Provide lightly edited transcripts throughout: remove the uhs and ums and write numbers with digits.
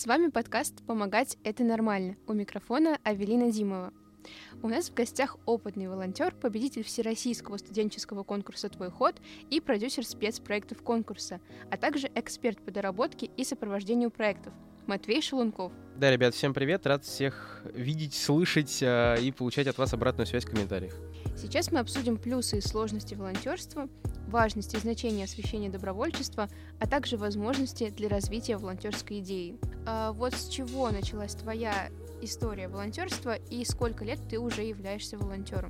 вами подкаст «Помогать – это нормально». У микрофона Авелина Димова. У нас в гостях опытный волонтер, победитель всероссийского студенческого конкурса «Твой ход» и продюсер спецпроектов конкурса, а также эксперт по доработке и сопровождению проектов Матвей Шелунков. Да, ребят, всем привет, рад всех видеть, слышать и получать от вас обратную связь в комментариях. Сейчас мы обсудим плюсы и сложности волонтерства, важность и значение освещения добровольчества, а также возможности для развития волонтерской идеи. Вот с чего началась твоя история волонтерства и сколько лет ты уже являешься волонтером?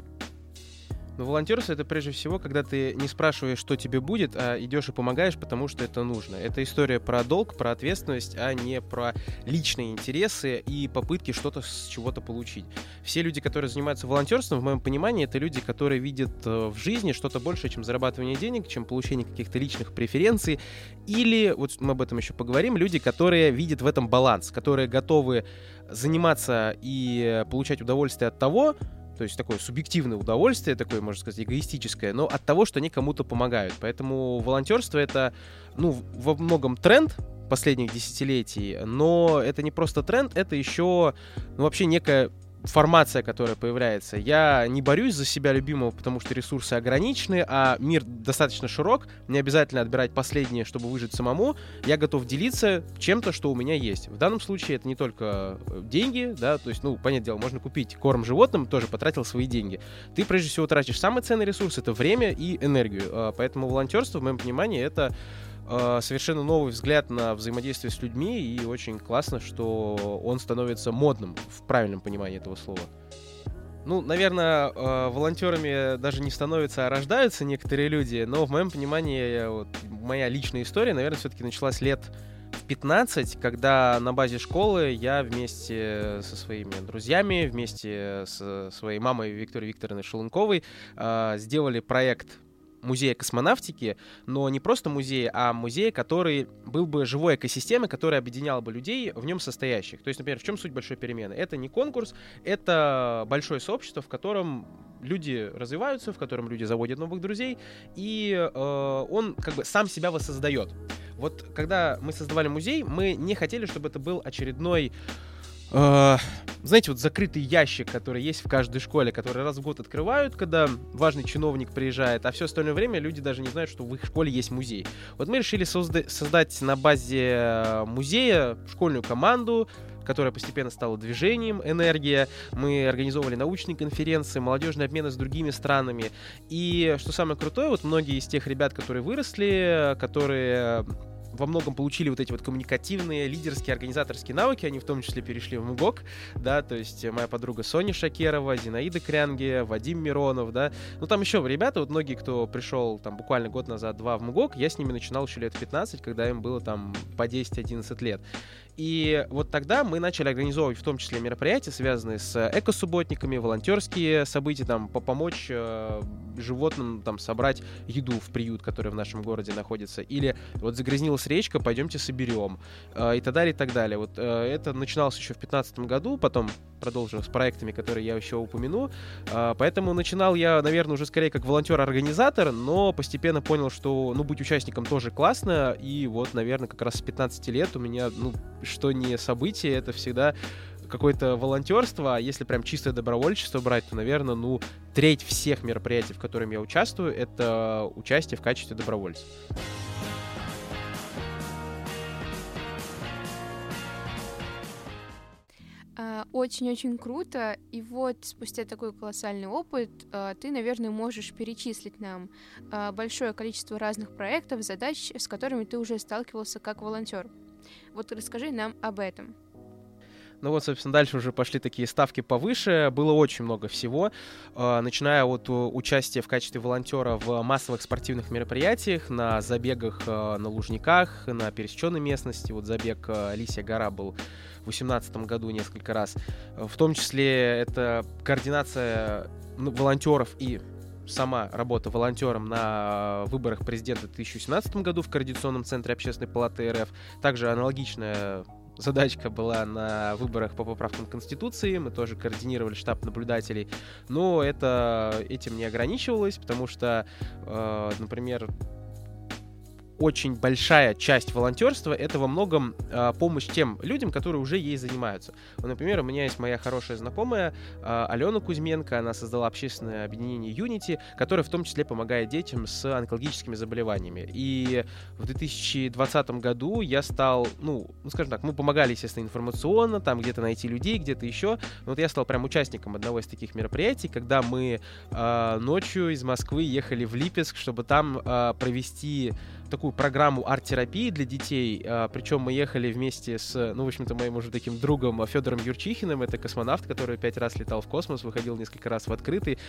Но волонтерство — это прежде всего, когда ты не спрашиваешь, что тебе будет, а идешь и помогаешь, потому что это нужно. Это история про долг, про ответственность, а не про личные интересы и попытки что-то с чего-то получить. Все люди, которые занимаются волонтерством, в моем понимании, это люди, которые видят в жизни что-то большее, чем зарабатывание денег, чем получение каких-то личных преференций. Или, вот мы об этом еще поговорим, люди, которые видят в этом баланс, которые готовы заниматься и получать удовольствие от того, то есть такое субъективное удовольствие, такое, можно сказать, эгоистическое, но от того, что они кому-то помогают. Поэтому волонтерство — это, во многом тренд последних десятилетий, но это не просто тренд, это еще, вообще некая формация, которая появляется. Я не борюсь за себя любимого, потому что ресурсы ограничены, а мир достаточно широк, не обязательно отбирать последнее, чтобы выжить самому. Я готов делиться чем-то, что у меня есть. В данном случае это не только деньги, да, то есть, понятное дело, можно купить корм животным, тоже потратил свои деньги. Ты, прежде всего, тратишь самый ценный ресурс — это время и энергию. Поэтому волонтерство, в моем понимании, это совершенно новый взгляд на взаимодействие с людьми, и очень классно, что он становится модным в правильном понимании этого слова. Наверное, волонтерами даже не становятся, а рождаются некоторые люди, но в моем понимании моя личная история, наверное, все-таки началась лет в 15, когда на базе школы я вместе со своими друзьями, вместе со своей мамой Викторией Викторовной Шелунковой сделали проект музея космонавтики, но не просто музей, а музей, который был бы живой экосистемой, которая объединяла бы людей в нем состоящих. То есть, например, в чем суть большой перемены? Это не конкурс, это большое сообщество, в котором люди развиваются, в котором люди заводят новых друзей, и он как бы сам себя воссоздает. Вот когда мы создавали музей, мы не хотели, чтобы это был очередной знаете, закрытый ящик, который есть в каждой школе, который раз в год открывают, когда важный чиновник приезжает, а все остальное время люди даже не знают, что в их школе есть музей. Вот мы решили создать на базе музея школьную команду, которая постепенно стала движением «Энергия». Мы организовывали научные конференции, молодежные обмены с другими странами. И что самое крутое, многие из тех ребят, которые выросли, которые во многом получили вот эти коммуникативные, лидерские, организаторские навыки, они в том числе перешли в МГОК, да, то есть моя подруга Соня Шакерова, Зинаида Крянге, Вадим Миронов, да, там еще ребята, многие, кто пришел там буквально год назад-два в МГОК, я с ними начинал еще лет в 15, когда им было там по 10-11 лет. И вот тогда мы начали организовывать в том числе мероприятия, связанные с экосубботниками, волонтерские события, помочь животным собрать еду в приют, который в нашем городе находится. Или загрязнилась речка, пойдемте соберем. И так далее, и так далее. Это начиналось еще в 2015 году, потом продолжил с проектами, которые я еще упомяну. Поэтому начинал я, наверное, уже скорее как волонтер-организатор, но постепенно понял, что быть участником тоже классно. И наверное, как раз с 15 лет у меня, что не событие, это всегда какое-то волонтерство, а если прям чистое добровольчество брать, то, наверное, треть всех мероприятий, в которых я участвую, это участие в качестве добровольца. Очень-очень круто. И спустя такой колоссальный опыт ты, наверное, можешь перечислить нам большое количество разных проектов, задач, с которыми ты уже сталкивался как волонтер. Расскажи нам об этом. Собственно, дальше уже пошли такие ставки повыше. Было очень много всего, начиная от участия в качестве волонтера в массовых спортивных мероприятиях, на забегах на Лужниках, на пересеченной местности. Забег Лисья гора был в 2018 году несколько раз. В том числе это координация волонтеров и сама работа волонтером на выборах президента в 2017 году в Координационном центре Общественной палаты РФ. Также аналогичная задачка была на выборах по поправкам Конституции. Мы тоже координировали штаб наблюдателей. Но этим не ограничивалось, потому что, например, очень большая часть волонтерства — это во многом помощь тем людям, которые уже ей занимаются. Вот, например, у меня есть моя хорошая знакомая Алена Кузьменко, она создала общественное объединение Unity, которое в том числе помогает детям с онкологическими заболеваниями. И в 2020 году я стал, скажем так, мы помогали, естественно, информационно, там где-то найти людей, где-то еще. Но вот я стал прям участником одного из таких мероприятий, когда мы ночью из Москвы ехали в Липецк, чтобы там провести такую программу арт-терапии для детей, причем мы ехали вместе с, в общем-то, моим уже таким другом Федором Юрчихиным, это космонавт, который 5 раз летал в космос, выходил несколько раз в открытый,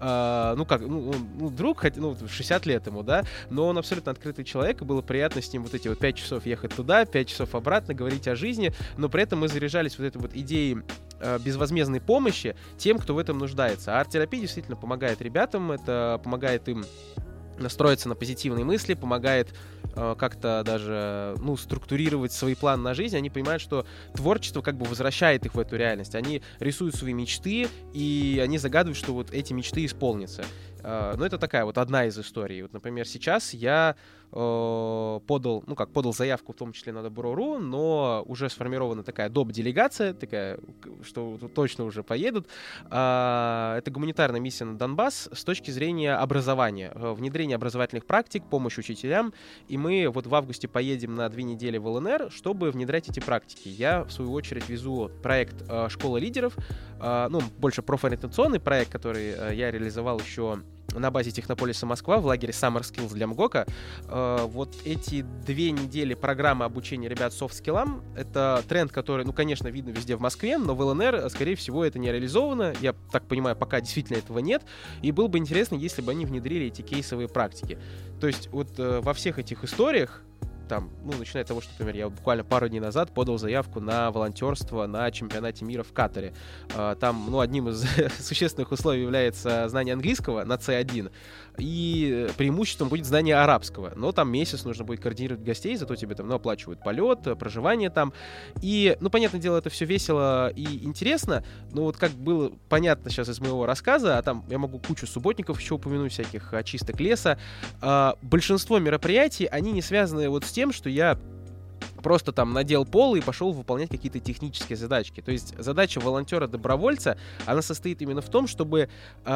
друг, 60 лет ему, да, но он абсолютно открытый человек, и было приятно с ним вот эти 5 часов ехать туда, 5 часов обратно, говорить о жизни, но при этом мы заряжались вот этой вот идеей безвозмездной помощи тем, кто в этом нуждается. А арт-терапия действительно помогает ребятам, это помогает им настроиться на позитивные мысли, помогает как-то даже, структурировать свои планы на жизнь. Они понимают, что творчество как бы возвращает их в эту реальность. Они рисуют свои мечты, и они загадывают, что вот эти мечты исполнятся. Но это такая вот одна из историй. Вот, например, сейчас я подал заявку в том числе на Добро.ру, но уже сформирована такая доп-делегация, такая, что точно уже поедут. Это гуманитарная миссия на Донбасс с точки зрения образования, внедрения образовательных практик, помощь учителям. И мы вот в августе поедем на 2 недели в ЛНР, чтобы внедрять эти практики. Я, в свою очередь, везу проект «Школа лидеров», больше профориентационный проект, который я реализовал еще на базе Технополиса Москва в лагере Summer Skills для МГОКа. Вот эти 2 недели программы обучения ребят софт-скиллам — это тренд, который, конечно, видно везде в Москве, но в ЛНР, скорее всего, это не реализовано. Я так понимаю, пока действительно этого нет. И было бы интересно, если бы они внедрили эти кейсовые практики. То есть вот во всех этих историях, там, начиная от того, что, например, я буквально пару дней назад подал заявку на волонтерство на чемпионате мира в Катаре. Там, одним из существенных условий является знание английского на C1, и преимуществом будет знание арабского. Но там месяц нужно будет координировать гостей, зато тебе там, оплачивают полет, проживание там. И, понятное дело, это все весело и интересно, но вот как было понятно сейчас из моего рассказа, а там я могу кучу субботников еще упомянуть, всяких очисток леса, большинство мероприятий, они не связаны вот с тем, что я просто там надел пол и пошел выполнять какие-то технические задачки. То есть задача волонтера-добровольца, она состоит именно в том, чтобы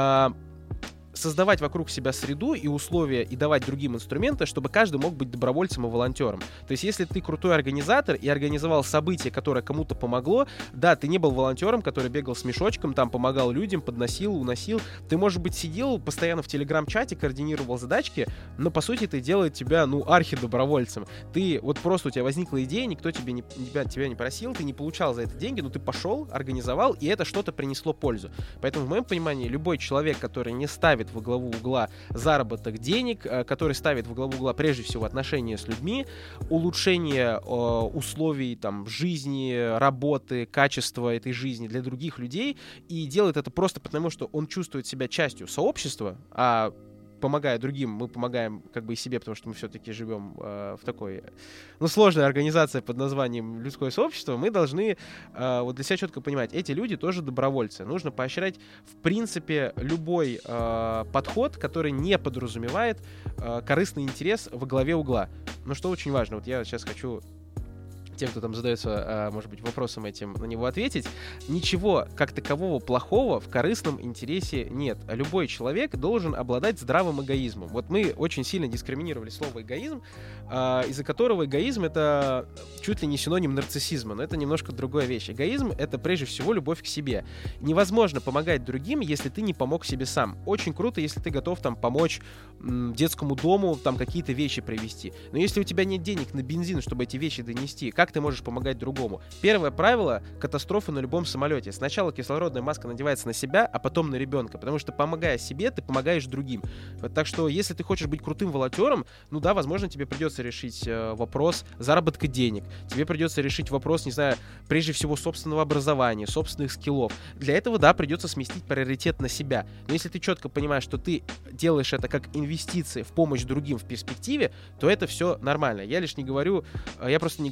создавать вокруг себя среду и условия, и давать другим инструменты, чтобы каждый мог быть добровольцем и волонтером. То есть, если ты крутой организатор и организовал событие, которое кому-то помогло, да, ты не был волонтером, который бегал с мешочком, там помогал людям, подносил, уносил. Ты, может быть, сидел постоянно в телеграм-чате, координировал задачки, но, по сути, это делает тебя, архидобровольцем. Ты, вот просто у тебя возникла идея, никто тебя не просил, ты не получал за это деньги, но ты пошел, организовал, и это что-то принесло пользу. Поэтому, в моем понимании, любой человек, который не ставит во главу угла заработок денег, который ставит во главу угла прежде всего отношения с людьми, улучшение условий там жизни, работы, качества этой жизни для других людей, и делает это просто потому, что он чувствует себя частью сообщества, а помогая другим, мы помогаем как бы и себе, потому что мы все-таки живем в такой, сложной организации под названием людское сообщество, мы должны вот для себя четко понимать, эти люди тоже добровольцы. Нужно поощрять, в принципе, любой подход, который не подразумевает корыстный интерес во главе угла. Но что очень важно, вот я сейчас хочу тем, кто там задается, может быть, вопросом этим, на него ответить. Ничего как такового плохого в корыстном интересе нет. Любой человек должен обладать здравым эгоизмом. Вот мы очень сильно дискриминировали слово эгоизм, из-за которого эгоизм — это чуть ли не синоним нарциссизма, но это немножко другая вещь. Эгоизм — это прежде всего любовь к себе. Невозможно помогать другим, если ты не помог себе сам. Очень круто, если ты готов там помочь детскому дому, там какие-то вещи привезти. Но если у тебя нет денег на бензин, чтобы эти вещи донести, как ты можешь помогать другому? Первое правило — катастрофы на любом самолете. Сначала кислородная маска надевается на себя, а потом на ребенка, потому что, помогая себе, ты помогаешь другим. Так что, если ты хочешь быть крутым волонтером, возможно, тебе придется решить вопрос заработка денег, тебе придется решить вопрос, не знаю, прежде всего собственного образования, собственных скиллов. Для этого, да, придется сместить приоритет на себя. Но если ты четко понимаешь, что ты делаешь это как инвестиции в помощь другим в перспективе, то это все нормально. Я просто не говорю о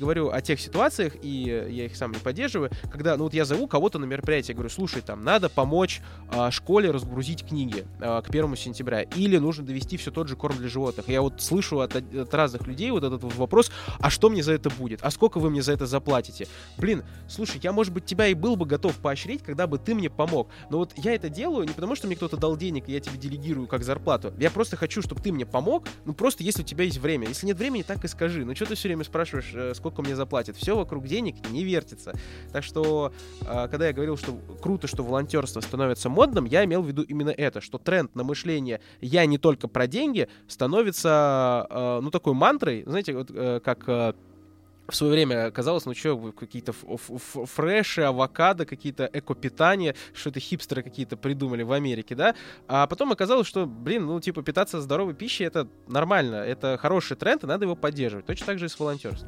тех ситуациях, и я их сам не поддерживаю, когда, ну вот я зову кого-то на мероприятие, говорю, слушай, там, надо помочь школе разгрузить книги к 1 сентября, или нужно довести все тот же корм для животных. Я вот слышу от разных людей вот этот вот вопрос, а что мне за это будет? А сколько вы мне за это заплатите? Блин, слушай, я, может быть, тебя и был бы готов поощрить, когда бы ты мне помог. Но вот я это делаю не потому, что мне кто-то дал денег, и я тебе делегирую как зарплату. Я просто хочу, чтобы ты мне помог, ну просто если у тебя есть время. Если нет времени, так и скажи. Ну что ты все время спрашиваешь, сколько мне заплатят? Все вокруг денег не вертится. Так что, когда я говорил, что круто, что волонтерство становится модным, я имел в виду именно это, что тренд на мышление «я не только про деньги» становится, ну, такой мантрой, знаете, вот как... В свое время казалось, ну что, какие-то фреши, авокадо, какие-то эко-питания, что это хипстеры какие-то придумали в Америке, да? А потом оказалось, что, блин, ну типа питаться здоровой пищей — это нормально, это хороший тренд, и надо его поддерживать. Точно так же и с волонтерством.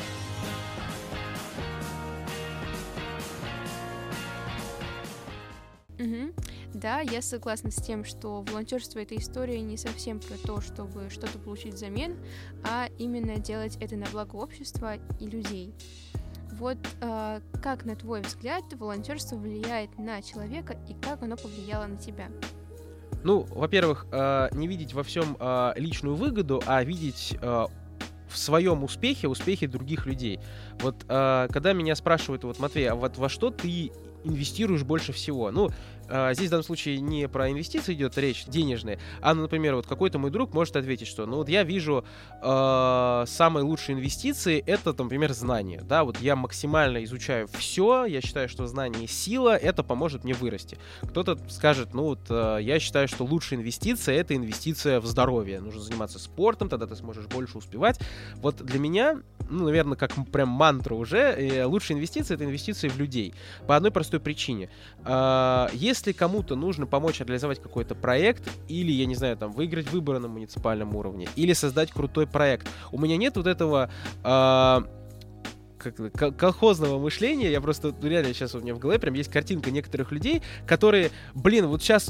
Угу. Да, я согласна с тем, что волонтерство — это история не совсем про то, чтобы что-то получить взамен, а именно делать это на благо общества и людей. Вот как, на твой взгляд, волонтерство влияет на человека и как оно повлияло на тебя? Ну, во-первых, не видеть во всем личную выгоду, а видеть в своем успехи других людей. Вот когда меня спрашивают, вот, Матвей, а вот во что ты инвестируешь больше всего? Ну, здесь в данном случае не про инвестиции идет речь, денежные, а, например, вот какой-то мой друг может ответить, что, ну, вот я вижу самые лучшие инвестиции — это, например, знания, да, вот я максимально изучаю все, я считаю, что знание — сила, это поможет мне вырасти. Кто-то скажет, ну, вот я считаю, что лучшая инвестиция — это инвестиция в здоровье, нужно заниматься спортом, тогда ты сможешь больше успевать. Вот для меня, ну, наверное, как прям мантра уже, лучшая инвестиция — это инвестиции в людей, по одной простой причине. Если кому-то нужно помочь реализовать какой-то проект, или, я не знаю, там, выиграть выборы на муниципальном уровне, или создать крутой проект, у меня нет вот этого колхозного мышления. Я просто, ну, реально, сейчас у меня в голове прям есть картинка некоторых людей, которые, блин, вот сейчас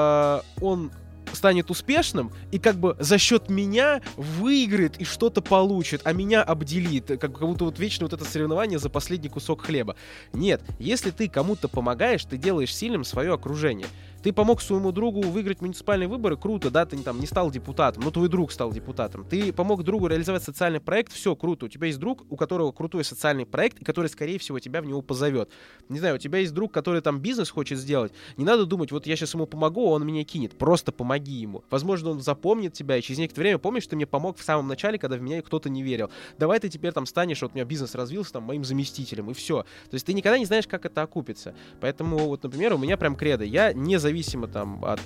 он станет успешным и как бы за счет меня выиграет и что-то получит, а меня обделит, как будто вот вечно вот это соревнование за последний кусок хлеба. Нет, если ты кому-то помогаешь, ты делаешь сильным свое окружение. Ты помог своему другу выиграть муниципальные выборы, круто, да, ты там не стал депутатом, но твой друг стал депутатом. Ты помог другу реализовать социальный проект, все, круто. У тебя есть друг, у которого крутой социальный проект, и который, скорее всего, тебя в него позовет. Не знаю, у тебя есть друг, который там бизнес хочет сделать. Не надо думать, вот я сейчас ему помогу, а он меня кинет. Просто помоги ему. Возможно, он запомнит тебя, и через некоторое время помнишь, ты мне помог в самом начале, когда в меня кто-то не верил. Давай ты теперь там станешь, вот у меня бизнес развился, там, моим заместителем, и все. То есть ты никогда не знаешь, как это окупится. Поэтому, вот, например, у меня прям кредо. Я независимо там от,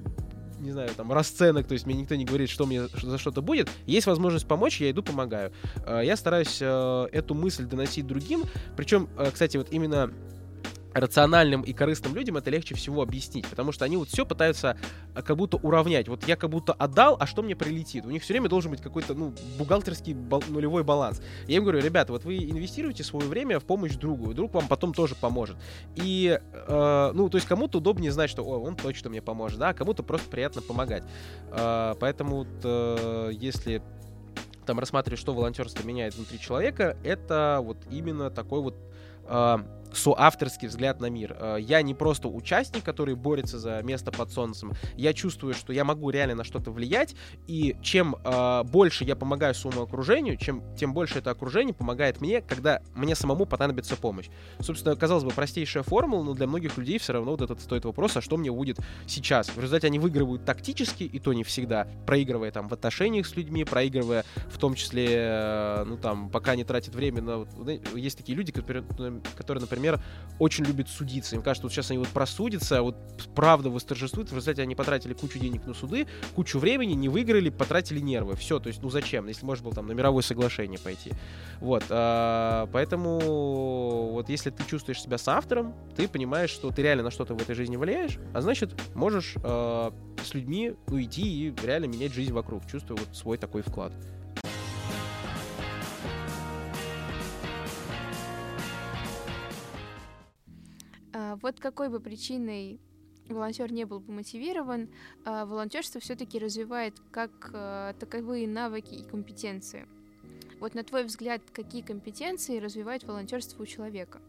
не знаю, там, расценок, то есть мне никто не говорит, что мне за что-то будет. Есть возможность помочь, я иду, помогаю. Я стараюсь эту мысль доносить другим. Причем, кстати, вот именно рациональным и корыстным людям это легче всего объяснить, потому что они вот все пытаются как будто уравнять. Вот я как будто отдал, а что мне прилетит? У них все время должен быть какой-то, ну, бухгалтерский нулевой баланс. Я им говорю, ребята, вот вы инвестируете свое время в помощь другу, и друг вам потом тоже поможет. И, ну, то есть кому-то удобнее знать, что, он точно мне поможет, да, а кому-то просто приятно помогать. Поэтому вот, если там рассматривать, что волонтерство меняет внутри человека, это вот именно такой вот соавторский взгляд на мир. Я не просто участник, который борется за место под солнцем. Я чувствую, что я могу реально на что-то влиять, и чем больше я помогаю своему окружению, тем больше это окружение помогает мне, когда мне самому понадобится помощь. Собственно, казалось бы, простейшая формула, но для многих людей все равно вот этот стоит вопрос, а что мне будет сейчас? В результате они выигрывают тактически, и то не всегда, проигрывая там в отношениях с людьми, проигрывая в том числе, ну там, пока не тратят время на... Есть такие люди, которые, например, очень любят судиться. Им кажется, вот сейчас они вот просудятся, вот правда восторжествует, в результате они потратили кучу денег на суды, кучу времени, не выиграли, потратили нервы. Все, то есть, ну зачем, если можно было там на мировое соглашение пойти. Вот, поэтому вот если ты чувствуешь себя соавтором, ты понимаешь, что ты реально на что-то в этой жизни влияешь, а значит, можешь с людьми уйти и реально менять жизнь вокруг, чувствуя вот свой такой вклад. Вот какой бы причиной волонтер не был бы мотивирован, волонтерство все-таки развивает как таковые навыки и компетенции. Вот на твой взгляд, какие компетенции развивает волонтерство у человека?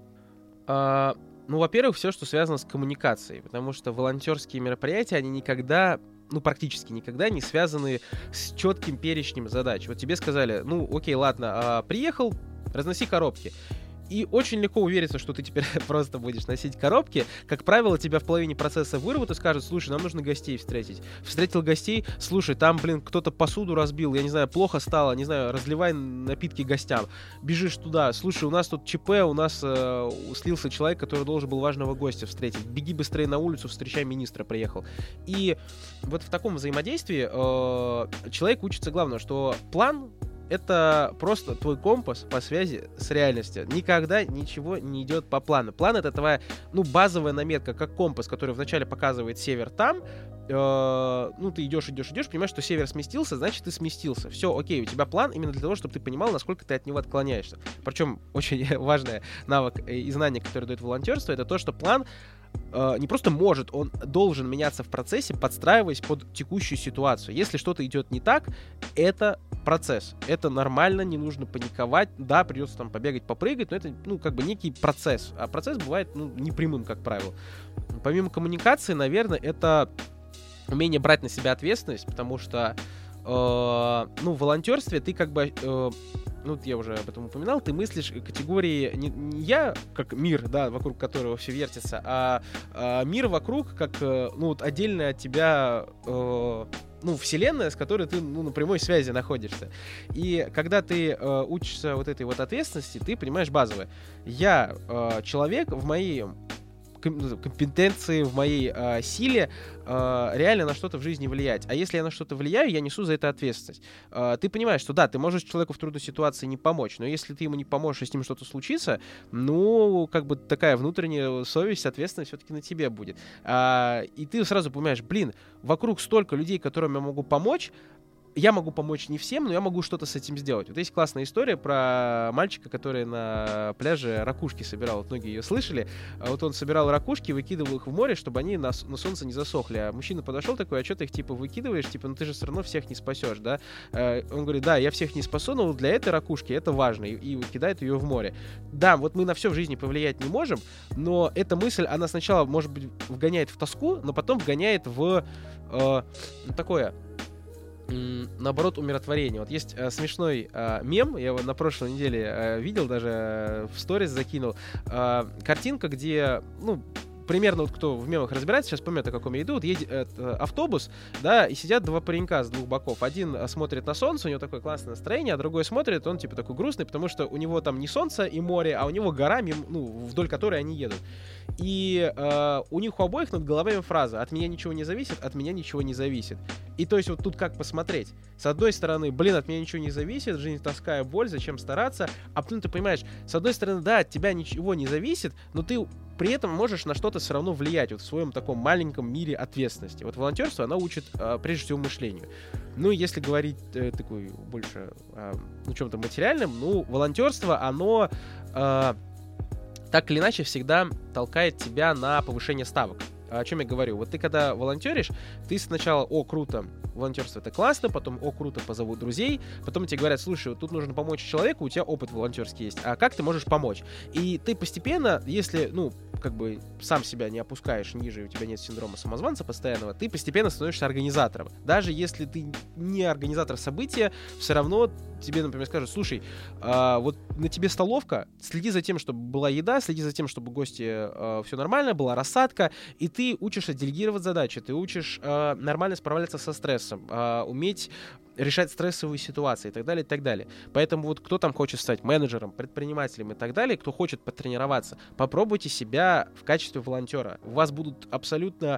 Ну, во-первых, все, что связано с коммуникацией, потому что волонтерские мероприятия, они никогда, ну, практически никогда не связаны с четким перечнем задач. Вот тебе сказали, ну, окей, ладно, приехал, разноси коробки. И очень легко увериться, что ты теперь просто будешь носить коробки. Как правило, тебя в половине процесса вырвут и скажут: слушай, нам нужно гостей встретить. Встретил гостей, слушай, там, кто-то посуду разбил, я не знаю, плохо стало, не знаю, разливай напитки гостям. Бежишь туда, слушай, у нас тут ЧП, у нас слился человек, который должен был важного гостя встретить. Беги быстрее на улицу, встречай министра, приехал. И вот в таком взаимодействии человек учится главное, что план — это просто твой компас по связи с реальностью. Никогда ничего не идет по плану. План — это твоя, ну, базовая наметка, как компас, который вначале показывает север там. Ну, ты идешь, понимаешь, что север сместился, значит, ты сместился. Все, окей, у тебя план именно для того, чтобы ты понимал, насколько ты от него отклоняешься. Причем очень важный навык и знание, которое дает волонтерство, это то, что план не просто может, он должен меняться в процессе, подстраиваясь под текущую ситуацию. Если что-то идет не так, это процесс. Это нормально, не нужно паниковать. Да, придется там побегать, попрыгать, но это, ну, как бы некий процесс. А процесс бывает, ну, непрямым, как правило. Помимо коммуникации, наверное, это умение брать на себя ответственность, потому что, ну, в волонтерстве ты как бы... ну, я уже об этом упоминал, ты мыслишь категории не я, как мир, да, вокруг которого все вертится, а мир вокруг, как, ну, вот отдельная от тебя, ну, вселенная, с которой ты, ну, на прямой связи находишься. И когда ты учишься вот этой вот ответственности, ты понимаешь базовое. Я человек, в моей компетенции, в моей силе реально на что-то в жизни влиять. А если я на что-то влияю, я несу за это ответственность. Ты понимаешь, что да, ты можешь человеку в трудной ситуации не помочь, но если ты ему не поможешь, и с ним что-то случится, ну, как бы такая внутренняя совесть, ответственность все-таки на тебе будет. И ты сразу понимаешь, блин, вокруг столько людей, которым я могу помочь. Я могу помочь не всем, но я могу что-то с этим сделать. Вот есть классная история про мальчика, который на пляже ракушки собирал. Вот многие ее слышали. Вот он собирал ракушки, выкидывал их в море, чтобы они на солнце не засохли. А мужчина подошел такой: а что ты их, типа, выкидываешь? Типа, ну ты же все равно всех не спасешь, да? Он говорит: да, я всех не спасу, но для этой ракушки это важно. И кидает ее в море. Да, вот мы на все в жизни повлиять не можем, но эта мысль, она сначала, может быть, вгоняет в тоску, но потом вгоняет в такое... наоборот, умиротворение. Вот есть смешной мем, я его на прошлой неделе видел, даже в сторис закинул. Картинка, где, ну, примерно вот кто в мемах разбирается, сейчас поймет, о каком я иду. Вот едет автобус, да, и сидят два паренька с двух боков. Один смотрит на солнце, у него такое классное настроение, а другой смотрит, он типа такой грустный, потому что у него там не солнце и море, а у него гора, ну, вдоль которой они едут. И у них у обоих над головами фраза: от меня ничего не зависит, от меня ничего не зависит. И то есть вот тут как посмотреть. С одной стороны, блин, от меня ничего не зависит, жизнь тоска и боль, зачем стараться? А потом ты понимаешь, с одной стороны, да, от тебя ничего не зависит, но ты при этом можешь на что-то все равно влиять вот в своем таком маленьком мире ответственности. Вот волонтерство, оно учит прежде всего мышлению. Ну, если говорить такой больше о чем-то материальном, ну, волонтерство, оно так или иначе всегда толкает тебя на повышение ставок. О чем я говорю? Вот ты когда волонтеришь, ты сначала: о, круто, волонтерство — это классно, потом: о, круто, позову друзей, потом тебе говорят: слушай, вот тут нужно помочь человеку, у тебя опыт волонтерский есть, а как ты можешь помочь? И ты постепенно, если, ну, как бы сам себя не опускаешь ниже, и у тебя нет синдрома самозванца постоянного, ты постепенно становишься организатором. Даже если ты не организатор события, все равно тебе, например, скажут: слушай, вот на тебе столовка, следи за тем, чтобы была еда, следи за тем, чтобы гости все нормально, была рассадка, и ты учишься делегировать задачи, ты учишь нормально справляться со стрессом, уметь решать стрессовые ситуации и так далее, и так далее. Поэтому вот кто там хочет стать менеджером, предпринимателем и так далее, кто хочет потренироваться, попробуйте себя в качестве волонтера. У вас будут абсолютно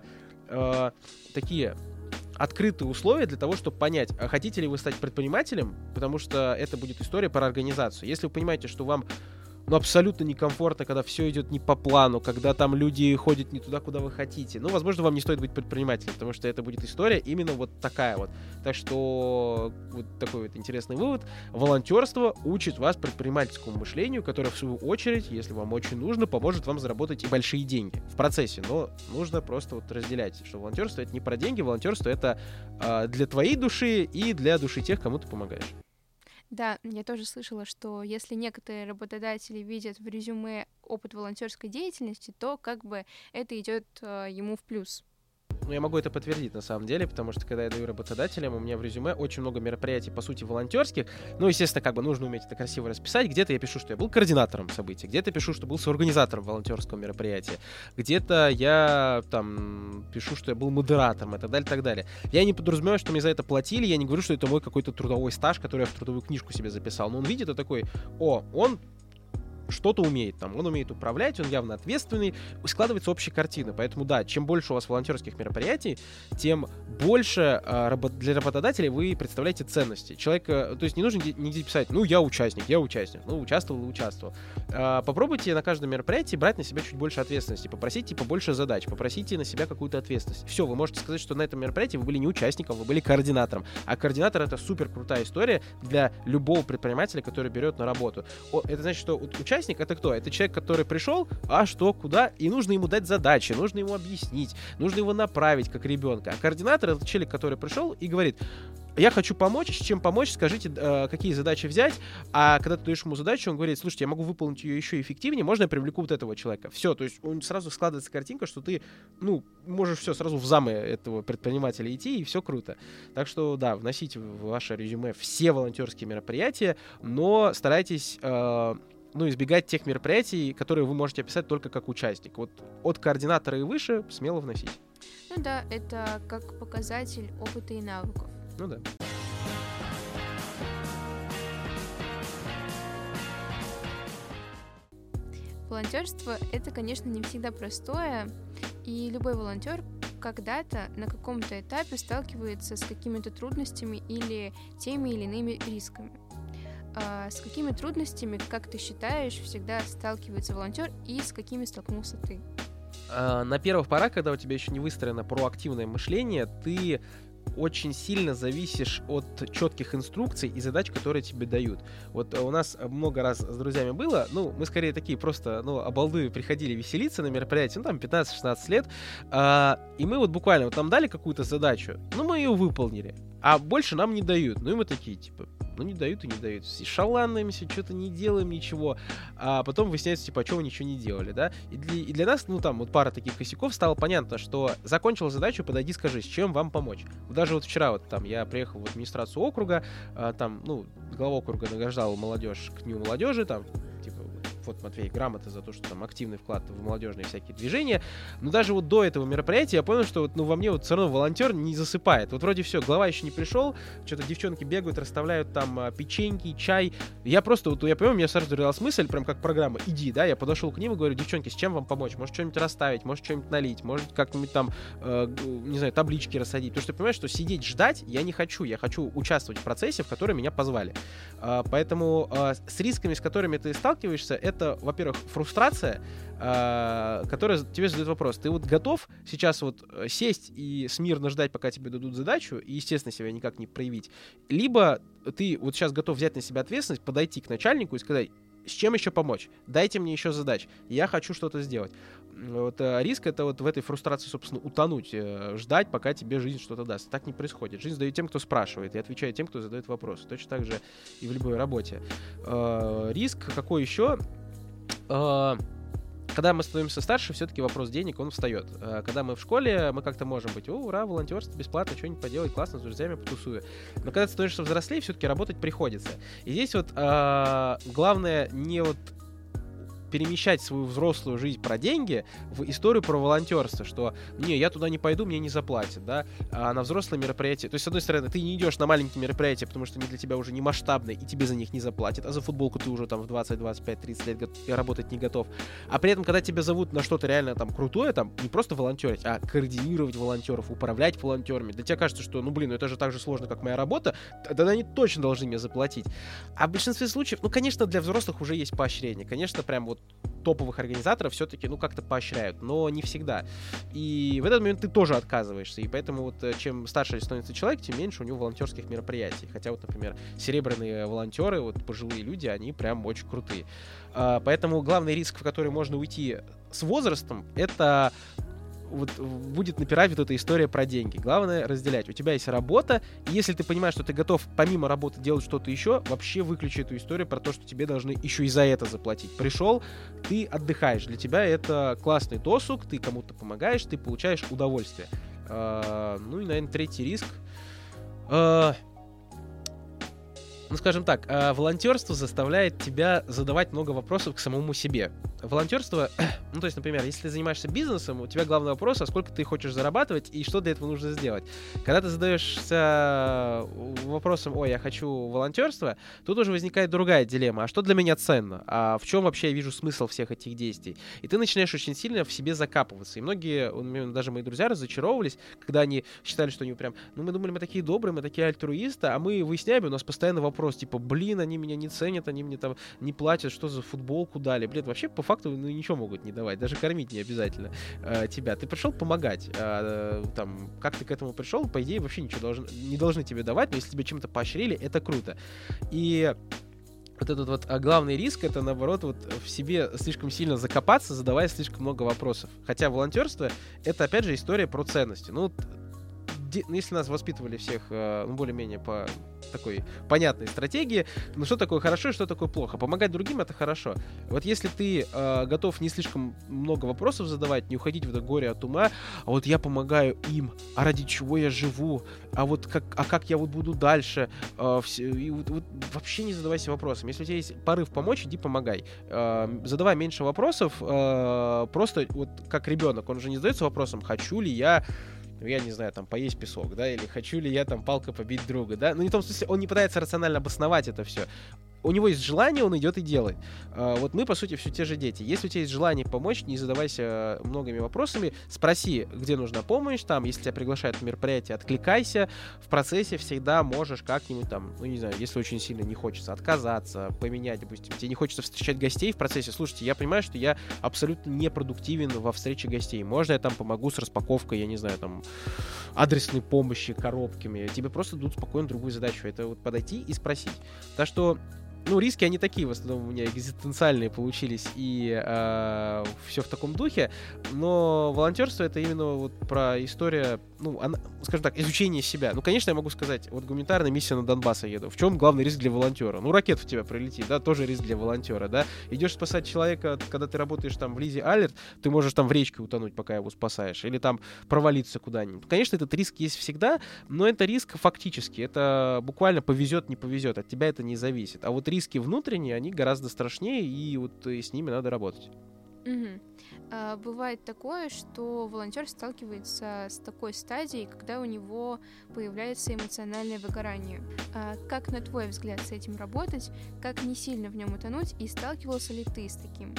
такие открытые условия для того, чтобы понять, хотите ли вы стать предпринимателем, потому что это будет история про организацию. Если вы понимаете, что вам, ну, абсолютно некомфортно, когда все идет не по плану, когда там люди ходят не туда, куда вы хотите, ну, возможно, вам не стоит быть предпринимателем, потому что это будет история именно вот такая вот. Так что вот такой вот интересный вывод. Волонтерство учит вас предпринимательскому мышлению, которое, в свою очередь, если вам очень нужно, поможет вам заработать и большие деньги в процессе. Но нужно просто вот разделять, что волонтерство — это не про деньги, волонтерство — это для твоей души и для души тех, кому ты помогаешь. Да, я тоже слышала, что если некоторые работодатели видят в резюме опыт волонтерской деятельности, то как бы это идет ему в плюс. Ну, я могу это подтвердить на самом деле, потому что когда я даю работодателям, у меня в резюме очень много мероприятий, по сути, волонтерских. Ну, естественно, как бы нужно уметь это красиво расписать. Где-то я пишу, что я был координатором событий, где-то пишу, что был соорганизатором волонтерского мероприятия, где-то я там пишу, что я был модератором и так далее, так далее. Я не подразумеваю, что мне за это платили, я не говорю, что это мой какой-то трудовой стаж, который я в трудовую книжку себе записал. Но он видит и такой: о, он что-то умеет, там, он умеет управлять, он явно ответственный, складывается общая картина. Поэтому, да, чем больше у вас волонтерских мероприятий, тем больше для работодателей вы представляете ценности. Человек, то есть не нужно нигде писать: ну, я участник, ну, участвовал. Попробуйте на каждом мероприятии брать на себя чуть больше ответственности, попросите побольше задач, попросите на себя какую-то ответственность. Все, вы можете сказать, что на этом мероприятии вы были не участником, вы были координатором. А координатор — это супер крутая история для любого предпринимателя, который берет на работу. Это значит, что участник — это кто? Это человек, который пришел, а что, куда, и нужно ему дать задачи, нужно ему объяснить, нужно его направить как ребенка. А координатор — это человек, который пришел и говорит: я хочу помочь, с чем помочь, скажите, какие задачи взять. А когда ты даешь ему задачу, он говорит: слушайте, я могу выполнить ее еще эффективнее, можно я привлеку вот этого человека? Все, то есть сразу складывается картинка, что ты, можешь все сразу в замы этого предпринимателя идти, и все круто. Так что, да, вносите в ваше резюме все волонтерские мероприятия, но старайтесь избегать тех мероприятий, которые вы можете описать только как участник. Вот от координатора и выше смело вносить. Ну да, это как показатель опыта и навыков. Ну да. Волонтерство — это, конечно, не всегда простое, и любой волонтер когда-то на каком-то этапе сталкивается с какими-то трудностями или теми или иными рисками. С какими трудностями, как ты считаешь, всегда сталкивается волонтер, и с какими столкнулся ты? На первых порах, когда у тебя еще не выстроено проактивное мышление, ты очень сильно зависишь от четких инструкций и задач, которые тебе дают. Вот у нас много раз с друзьями было, мы скорее такие просто, обалдуи, приходили веселиться на мероприятие, там 15-16 лет, и мы вот буквально, нам дали какую-то задачу, мы ее выполнили, а больше нам не дают. И мы такие, не дают и не дают. Шаланаемся, что-то не делаем, ничего. А потом выясняется, а что вы ничего не делали, да? И для нас, пара таких косяков, стало понятно, что закончил задачу, подойди, скажи, с чем вам помочь. Даже вчера я приехал в администрацию округа, глава округа награждал молодежь к Дню молодежи, вот, Матвей, грамота за то, что там активный вклад в молодежные всякие движения. Но даже вот до этого мероприятия я понял, что во мне все равно волонтер не засыпает. Вот вроде все, глава еще не пришел, что-то девчонки бегают, расставляют там печеньки, чай. Я просто, я понимаю, мне сразу родилась мысль, прям как программа: иди, да, я подошел к ним и говорю: девчонки, с чем вам помочь? Может, что-нибудь расставить, может, что-нибудь налить, может, как-нибудь там, не знаю, таблички рассадить. Потому что ты понимаешь, что сидеть ждать я не хочу. Я хочу участвовать в процессе, в который меня позвали. Поэтому с рисками, с которыми ты сталкиваешься, это, во-первых, фрустрация, которая тебе задает вопрос: ты вот готов сейчас сесть и смирно ждать, пока тебе дадут задачу, и, естественно, себя никак не проявить, либо ты вот сейчас готов взять на себя ответственность, подойти к начальнику и сказать: с чем еще помочь? Дайте мне еще задач. Я хочу что-то сделать. Риск — это в этой фрустрации, собственно, утонуть, ждать, пока тебе жизнь что-то даст. Так не происходит. Жизнь дает тем, кто спрашивает, и отвечает тем, кто задает вопросы. Точно так же и в любой работе. Риск какой еще? Когда мы становимся старше, все-таки вопрос денег, он встает. Когда мы в школе, мы как-то можем быть: ура, волонтерство, бесплатно, что-нибудь поделать, классно, с друзьями потусую. Но когда ты становишься взрослее, все-таки работать приходится. И здесь главное не перемещать свою взрослую жизнь про деньги в историю про волонтерство, что я туда не пойду, мне не заплатят, да, а на взрослые мероприятия, то есть, с одной стороны, ты не идешь на маленькие мероприятия, потому что они для тебя уже не масштабные, и тебе за них не заплатят, а за футболку ты уже там в 20, 25, 30 лет работать не готов. А при этом, когда тебя зовут на что-то реально там крутое, там не просто волонтерить, а координировать волонтеров, управлять волонтерами, для тебя кажется, что, это же так же сложно, как моя работа, тогда они точно должны мне заплатить. А в большинстве случаев, конечно, для взрослых уже есть поощрение, конечно, прям топовых организаторов все-таки, как-то поощряют, но не всегда. И в этот момент ты тоже отказываешься, и поэтому чем старше становится человек, тем меньше у него волонтерских мероприятий. Хотя например, серебряные волонтеры, пожилые люди, они прям очень крутые. Поэтому главный риск, в который можно уйти с возрастом, это вот будет напирать вот эта история про деньги. Главное разделять. У тебя есть работа, и если ты понимаешь, что ты готов помимо работы делать что-то еще, вообще выключи эту историю про то, что тебе должны еще и за это заплатить. Пришел, ты отдыхаешь. Для тебя это классный досуг, ты кому-то помогаешь, ты получаешь удовольствие. Ну и, наверное, третий риск. Ну, скажем так, волонтерство заставляет тебя задавать много вопросов к самому себе. Волонтерство, ну, то есть, например, если ты занимаешься бизнесом, у тебя главный вопрос, а сколько ты хочешь зарабатывать и что для этого нужно сделать. Когда ты задаешься вопросом, ой, я хочу волонтерство, тут уже возникает другая дилемма. А что для меня ценно? А в чем вообще я вижу смысл всех этих действий? И ты начинаешь очень сильно в себе закапываться. И многие, даже мои друзья разочаровывались, когда они считали, что они прям, ну, мы думали, мы такие добрые, мы такие альтруисты, а мы выясняем, у нас постоянно вопрос, типа, блин, они меня не ценят, они мне там не платят, что за футболку дали. Блин, вообще, по факту, ну, ничего могут не давать, даже кормить не обязательно тебя. Ты пришел помогать, там, как ты к этому пришел, по идее, вообще ничего не должны тебе давать, но если тебе чем-то поощрили, это круто. И вот этот вот главный риск — это, наоборот, вот в себе слишком сильно закопаться, задавая слишком много вопросов. Хотя волонтерство — это, опять же, история про ценности. Ну, если нас воспитывали всех, более-менее по такой понятной стратегии, ну что такое хорошо и что такое плохо. Помогать другим — это хорошо. Вот если ты готов не слишком много вопросов задавать, не уходить в это горе от ума, а вот я помогаю им, а ради чего я живу, а вот как я вот буду дальше, и вот вообще не задавайся вопросами. Если у тебя есть порыв помочь, иди помогай. Задавай меньше вопросов, просто вот как ребенок, он же не задается вопросом, хочу ли я не знаю, там, поесть песок, да, или хочу ли я там палкой побить друга, да, ну не в том смысле, он не пытается рационально обосновать это все. У него есть желание, он идет и делает. Вот мы, по сути, все те же дети. Если у тебя есть желание помочь, не задавайся многими вопросами, спроси, где нужна помощь, там, если тебя приглашают на мероприятие, откликайся, в процессе всегда можешь как-нибудь там, ну не знаю, если очень сильно не хочется отказаться, поменять, допустим, тебе не хочется встречать гостей в процессе, слушайте, я понимаю, что я абсолютно непродуктивен во встрече гостей, можно я там помогу с распаковкой, я не знаю, там, адресной помощи, коробками, тебе просто дадут спокойно другую задачу, это вот подойти и спросить. Так что ну, риски, они такие, в основном, у меня экзистенциальные получились, и все в таком духе, но волонтерство — это именно вот про историю, ну, скажем так, изучение себя. Ну, конечно, я могу сказать, вот гуманитарная миссия на Донбасс я еду. В чем главный риск для волонтера? Ну, ракета в тебя прилетит, да, тоже риск для волонтера, да. Идешь спасать человека, когда ты работаешь там в Лизе Алерт, ты можешь там в речке утонуть, пока его спасаешь, или там провалиться куда-нибудь. Конечно, этот риск есть всегда, но это риск фактически, это буквально повезет, не повезет, от тебя это не зависит. А вот риски внутренние, они гораздо страшнее, и вот с ними надо работать. Бывает такое, что волонтер сталкивается с такой стадией, когда у него появляется эмоциональное выгорание. Как, на твой взгляд, с этим работать? Как не сильно в нем утонуть? И сталкивался ли ты с таким?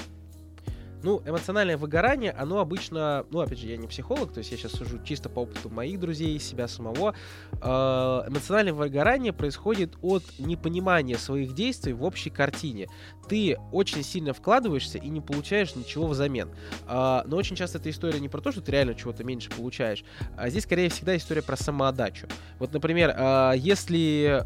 Ну, эмоциональное выгорание, оно обычно, ну, опять же, я не психолог, то есть я сейчас сужу чисто по опыту моих друзей, себя самого. Эмоциональное выгорание происходит от непонимания своих действий в общей картине. Ты очень сильно вкладываешься и не получаешь ничего взамен. Но очень часто эта история не про то, что ты реально чего-то меньше получаешь, а здесь, скорее, всегда история про самоотдачу. Вот, например, если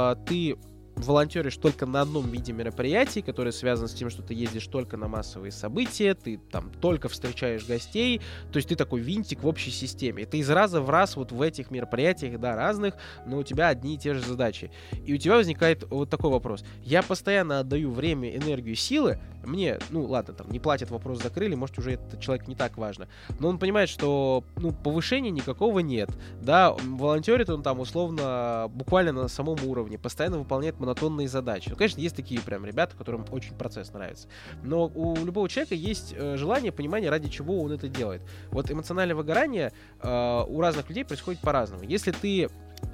ты волонтеришь только на одном виде мероприятий, которое связано с тем, что ты ездишь только на массовые события, ты там только встречаешь гостей, то есть ты такой винтик в общей системе. И ты из раза в раз вот в этих мероприятиях, да, разных, но у тебя одни и те же задачи. И у тебя возникает вот такой вопрос. Я постоянно отдаю время, энергию, силы, мне, ну ладно, там не платят, вопрос закрыли, может уже этот человек не так важно, но он понимает, что, ну, повышения никакого нет, да, волонтерит он там условно буквально на самом уровне, постоянно выполняет монотонные задачи. Ну, конечно, есть такие прям ребята, которым очень процесс нравится. Но у любого человека есть желание, понимание, ради чего он это делает. Вот эмоциональное выгорание у разных людей происходит по-разному. Если ты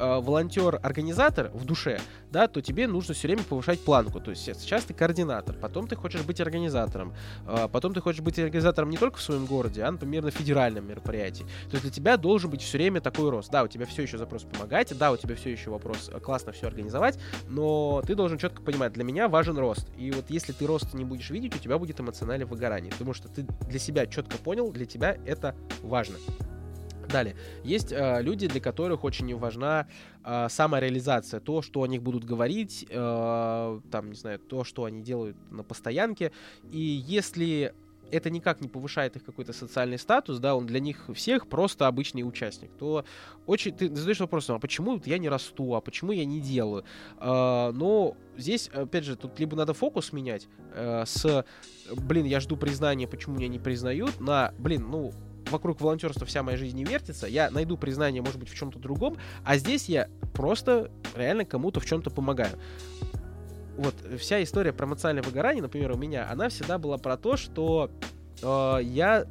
волонтер-организатор в душе, да, то тебе нужно все время повышать планку. То есть сейчас ты координатор, потом ты хочешь быть организатором, потом ты хочешь быть организатором не только в своем городе, а, например, на федеральном мероприятии. То есть для тебя должен быть все время такой рост. Да, у тебя все еще запрос помогать, да, у тебя все еще вопрос классно все организовать, но ты должен четко понимать, для меня важен рост. И вот если ты роста не будешь видеть, у тебя будет эмоциональное выгорание, потому что ты для себя четко понял, для тебя это важно. Далее. Есть люди, для которых очень важна самореализация, то, что о них будут говорить, там, не знаю, то, что они делают на постоянке. И если это никак не повышает их какой-то социальный статус, да, он для них всех просто обычный участник, то ты задаешь вопрос, а почему я не расту, а почему я не делаю? Но здесь, опять же, тут либо надо фокус менять я жду признания, почему меня не признают, вокруг волонтерства вся моя жизнь не вертится, я найду признание, может быть, в чем-то другом, а здесь я просто реально кому-то в чем-то помогаю. Вот вся история про эмоциональное выгорание, например, у меня, она всегда была про то, что я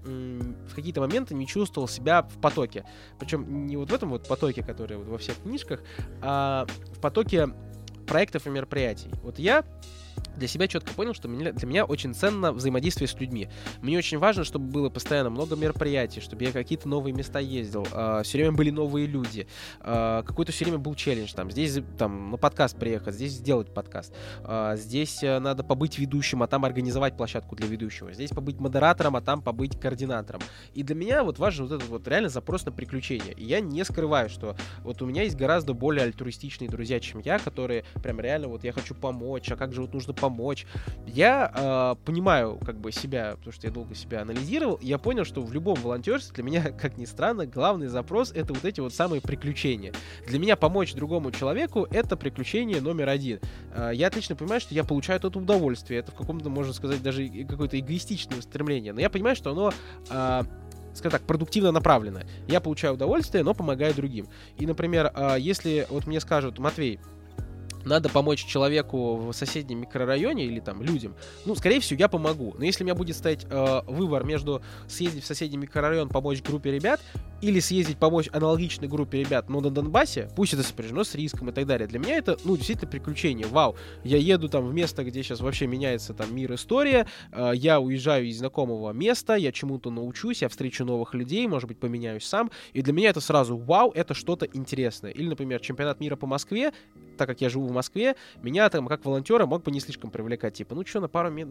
в какие-то моменты не чувствовал себя в потоке. Причем не вот в этом вот потоке, который вот во всех книжках, а в потоке проектов и мероприятий. Вот я для себя четко понял, что для меня очень ценно взаимодействие с людьми. Мне очень важно, чтобы было постоянно много мероприятий, чтобы я какие-то новые места ездил, все время были новые люди, какой-то все время был челлендж, здесь на подкаст приехать, здесь сделать подкаст, здесь надо побыть ведущим, а там организовать площадку для ведущего, здесь побыть модератором, а там побыть координатором. И для меня вот важен вот этот вот реально запрос на приключения. И я не скрываю, что вот у меня есть гораздо более альтруистичные друзья, чем я, которые прям реально вот я хочу помочь, а как же вот нужно помочь. Я понимаю себя, потому что я долго себя анализировал, и я понял, что в любом волонтерстве для меня, как ни странно, главный запрос — это вот эти вот самые приключения. Для меня помочь другому человеку — это приключение номер один. Я отлично понимаю, что я получаю от этого удовольствие. Это в каком-то, можно сказать, даже какое-то эгоистичное стремление. Но я понимаю, что оно скажем так, продуктивно направлено. Я получаю удовольствие, но помогаю другим. И, например, если вот мне скажут: Матвей, надо помочь человеку в соседнем микрорайоне или людям, скорее всего, я помогу. Но если у меня будет стоять выбор между съездить в соседний микрорайон, помочь группе ребят, или съездить помочь аналогичной группе ребят, но на Донбассе, пусть это сопряжено с риском и так далее, для меня это, действительно приключение. Вау, я еду в место, где сейчас вообще меняется мир, история, я уезжаю из знакомого места, я чему-то научусь, я встречу новых людей, может быть, поменяюсь сам, и для меня это сразу вау, это что-то интересное. Или, например, чемпионат мира по Москве, так как я живу в Москве, меня как волонтера мог бы не слишком привлекать. На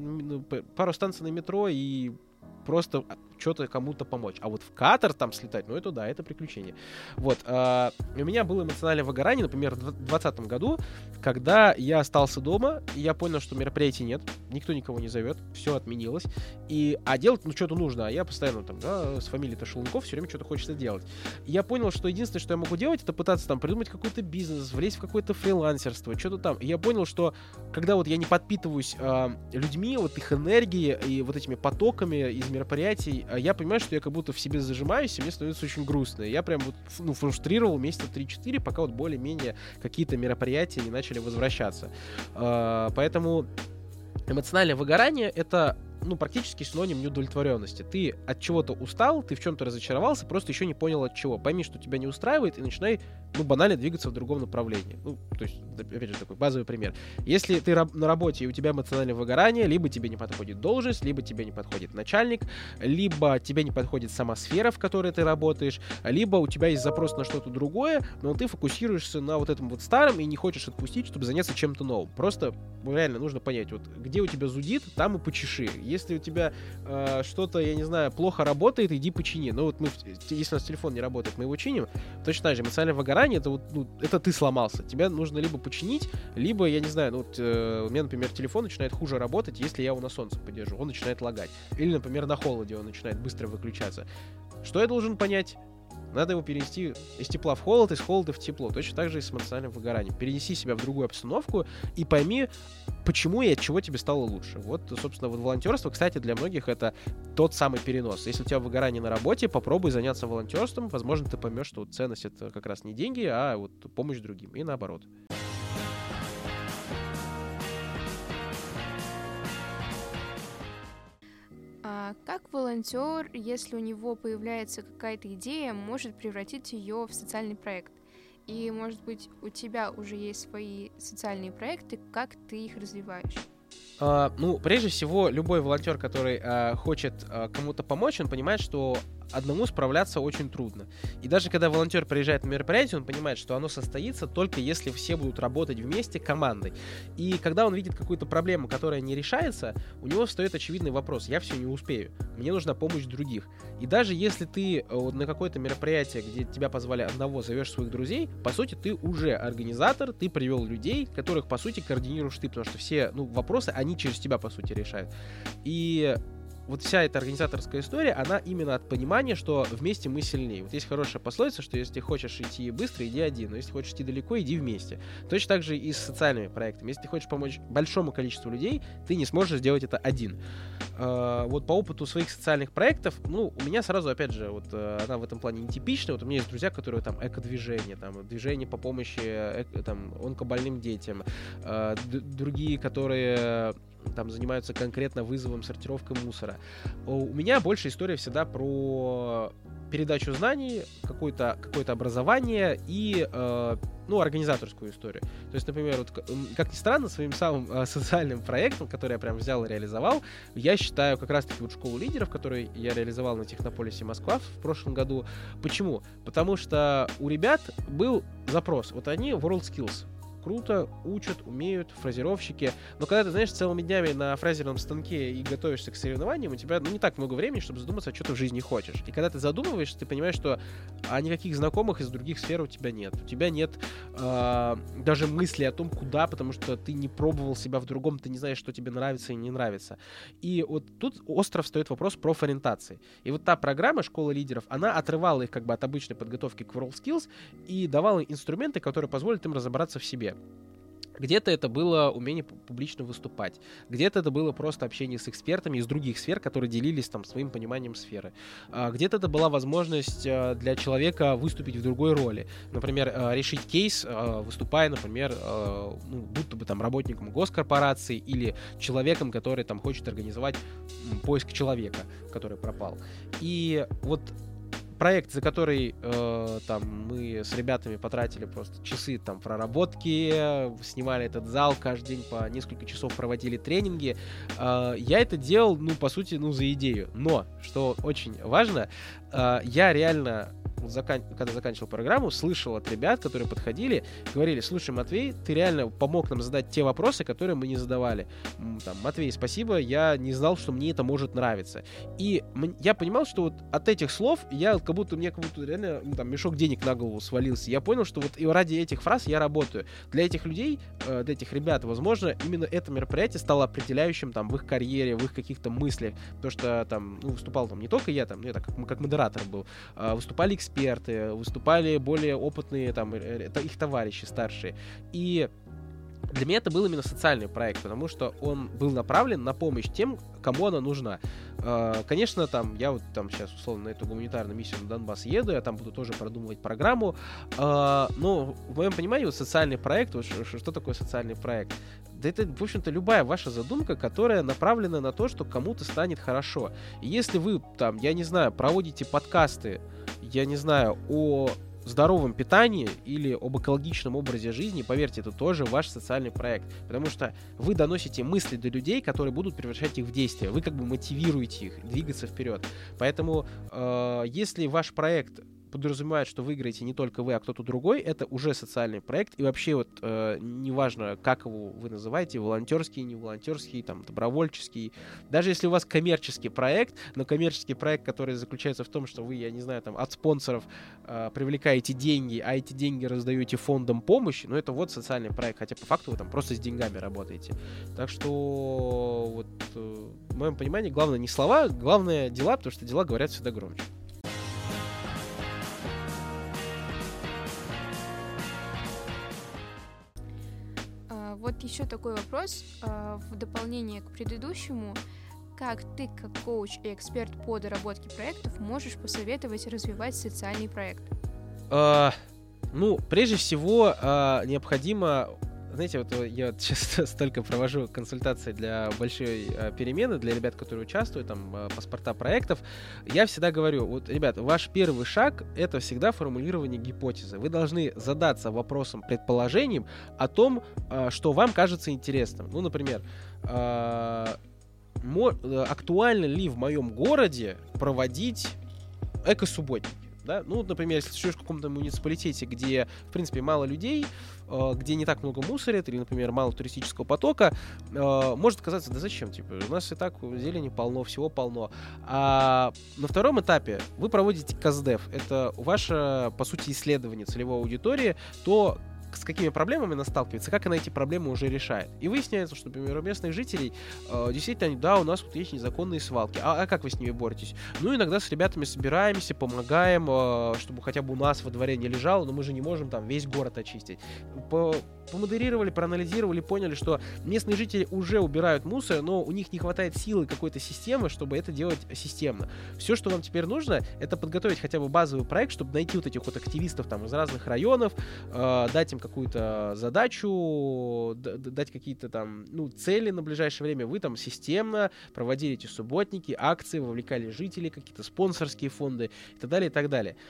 пару станций на метро и просто что-то кому-то помочь. А вот в Катар слетать, это да, это приключение. Вот. У меня было эмоциональное выгорание, например, в 2020 году, когда я остался дома, и я понял, что мероприятий нет, никто никого не зовет, все отменилось, а делать, что-то нужно, а я постоянно с фамилией Шелунков все время что-то хочется делать. И я понял, что единственное, что я могу делать, это пытаться придумать какой-то бизнес, влезть в какое-то фрилансерство, что-то там. И я понял, что когда я не подпитываюсь людьми, их энергией и вот этими потоками из мероприятий, я понимаю, что я как будто в себе зажимаюсь, и мне становится очень грустно. И я прям фрустрировал месяца 3-4, пока более-менее какие-то мероприятия не начали возвращаться. Поэтому эмоциональное выгорание — это практически синоним неудовлетворенности. Ты от чего-то устал, ты в чем-то разочаровался, просто еще не понял от чего. Пойми, что тебя не устраивает, и начинай, банально двигаться в другом направлении. То есть, опять же, такой базовый пример. Если ты на работе, и у тебя эмоциональное выгорание, либо тебе не подходит должность, либо тебе не подходит начальник, либо тебе не подходит сама сфера, в которой ты работаешь, либо у тебя есть запрос на что-то другое, но ты фокусируешься на вот этом старом и не хочешь отпустить, чтобы заняться чем-то новым. Просто реально нужно понять, где у тебя зудит, там и почеши. Если у тебя что-то, я не знаю, плохо работает, иди почини. Если у нас телефон не работает, мы его чиним. Точно так же, эмоциональное выгорание — это ты сломался. Тебя нужно либо починить, либо, я не знаю, у меня, например, телефон начинает хуже работать, если я его на солнце подержу, он начинает лагать. Или, например, на холоде он начинает быстро выключаться. Что я должен понять? Надо его перенести из тепла в холод, из холода в тепло. Точно так же и с эмоциональным выгоранием. Перенеси себя в другую обстановку и пойми, почему и от чего тебе стало лучше. Собственно, волонтерство, кстати, для многих это тот самый перенос. Если у тебя выгорание на работе, попробуй заняться волонтерством. Возможно, ты поймешь, что ценность — это как раз не деньги, а помощь другим. И наоборот. Как волонтер, если у него появляется какая-то идея, может превратить ее в социальный проект? И, может быть, у тебя уже есть свои социальные проекты, как ты их развиваешь? Прежде всего, любой волонтер, который хочет кому-то помочь, он понимает, что одному справляться очень трудно. И даже когда волонтер приезжает на мероприятие, он понимает, что оно состоится только если все будут работать вместе командой. И когда он видит какую-то проблему, которая не решается, у него встает очевидный вопрос: я все не успею, мне нужна помощь других. И даже если ты на какое-то мероприятие, где тебя позвали одного, зовешь своих друзей, по сути, ты уже организатор, ты привел людей, которых, по сути, координируешь ты, потому что все вопросы, они через тебя, по сути, решают. И вот вся эта организаторская история, она именно от понимания, что вместе мы сильнее. Вот есть хорошая пословица, что если хочешь идти быстро, иди один, но если хочешь идти далеко, иди вместе. Точно так же и с социальными проектами. Если ты хочешь помочь большому количеству людей, ты не сможешь сделать это один. Вот по опыту своих социальных проектов, ну, у меня сразу, опять же, вот она в этом плане нетипичная. Вот у меня есть друзья, которые там эко-движение, там, движение по помощи там, онкобольным детям, другие, которые там занимаются конкретно вызовом, сортировкой мусора. У меня больше история всегда про передачу знаний, какое-то образование и организаторскую историю. То есть, например, вот, как ни странно, своим самым социальным проектом, который я прям взял и реализовал, я считаю как раз-таки вот школу лидеров, которую я реализовал на Технополисе Москва в прошлом году. Почему? Потому что у ребят был запрос. Вот они WorldSkills. Круто, учат, умеют, фразировщики. Но когда ты, знаешь, целыми днями на фразерном станке и готовишься к соревнованиям, у тебя не так много времени, чтобы задуматься, что ты в жизни хочешь. И когда ты задумываешься, ты понимаешь, что никаких знакомых из других сфер у тебя нет. У тебя нет даже мысли о том, куда, потому что ты не пробовал себя в другом, ты не знаешь, что тебе нравится и не нравится. И вот тут остро встает вопрос профориентации. И вот та программа «Школа лидеров», она отрывала их как бы от обычной подготовки к WorldSkills и давала инструменты, которые позволят им разобраться в себе. Где-то это было умение публично выступать, где-то это было просто общение с экспертами из других сфер, которые делились там своим пониманием сферы. Где-то это была возможность для человека выступить в другой роли. Например, решить кейс, выступая, например, будто бы там работником госкорпорации или человеком, который там хочет организовать поиск человека, который пропал. И вот проект, за который там мы с ребятами потратили просто часы там проработки, снимали этот зал, каждый день по несколько часов проводили тренинги. Я это делал, по сути, за идею. Но, что очень важно, я реально, когда заканчивал программу, слышал от ребят, которые подходили, говорили: слушай, Матвей, ты реально помог нам задать те вопросы, которые мы не задавали. Там, Матвей, спасибо, я не знал, что мне это может нравиться. И я понимал, что вот от этих слов мне как будто реально мешок денег на голову свалился. Я понял, что вот и ради этих фраз я работаю. Для этих людей, для этих ребят, возможно, именно это мероприятие стало определяющим там в их карьере, в их каких-то мыслях. Потому что там, выступал там не только я как модератор был, выступали эксперты, выступали более опытные там их товарищи старшие. И для меня это был именно социальный проект, потому что он был направлен на помощь тем, кому она нужна. Конечно, я вот сейчас условно на эту гуманитарную миссию на Донбасс еду, я там буду тоже продумывать программу, но в моем понимании вот социальный проект, вот что такое социальный проект? Да это, в общем-то, любая ваша задумка, которая направлена на то, что кому-то станет хорошо. И если вы проводите подкасты, о здоровом питании или об экологичном образе жизни, поверьте, это тоже ваш социальный проект, потому что вы доносите мысли до людей, которые будут превращать их в действие, вы как бы мотивируете их двигаться вперед. Поэтому если ваш проект подразумевает, что выиграете не только вы, а кто-то другой, это уже социальный проект, и вообще вот неважно, как его вы называете, волонтерский, не волонтерский, добровольческий, даже если у вас коммерческий проект, но коммерческий проект, который заключается в том, что вы, от спонсоров привлекаете деньги, а эти деньги раздаете фондам помощи, это вот социальный проект, хотя по факту вы там просто с деньгами работаете. Так что вот в моем понимании главное не слова, главное дела, потому что дела говорят всегда громче. Вот еще такой вопрос в дополнение к предыдущему. Как ты, как коуч и эксперт по доработке проектов, можешь посоветовать развивать социальный проект? Прежде всего, необходимо... Знаете, вот я сейчас столько провожу консультации для большой перемены, для ребят, которые участвуют, паспорта проектов. Я всегда говорю, вот, ребят, ваш первый шаг — это всегда формулирование гипотезы. Вы должны задаться вопросом, предположением о том, что вам кажется интересным. Например, актуально ли в моем городе проводить эко-субботники? Да? Например, если ты живешь в каком-то муниципалитете, где, в принципе, мало людей, где не так много мусорят, или, например, мало туристического потока, может казаться, да зачем? У нас и так зелени полно, всего полно. А на втором этапе вы проводите КАЗДЕФ. Это ваше, по сути, исследование целевой аудитории, то, с какими проблемами она сталкивается, как она эти проблемы уже решает. И выясняется, что, например, у местных жителей действительно, да, у нас вот есть незаконные свалки. А как вы с ними боретесь? Ну, иногда с ребятами собираемся, помогаем, чтобы хотя бы у нас во дворе не лежало, но мы же не можем там весь город очистить. Помодерировали, проанализировали, поняли, что местные жители уже убирают мусор, но у них не хватает силы какой-то системы, чтобы это делать системно. Все, что вам теперь нужно, это подготовить хотя бы базовый проект, чтобы найти вот этих вот активистов там из разных районов, дать им какую-то задачу, дать какие-то там, цели на ближайшее время. Вы там системно проводили эти субботники, акции, вовлекали жителей, какие-то спонсорские фонды и так далее, и так далее.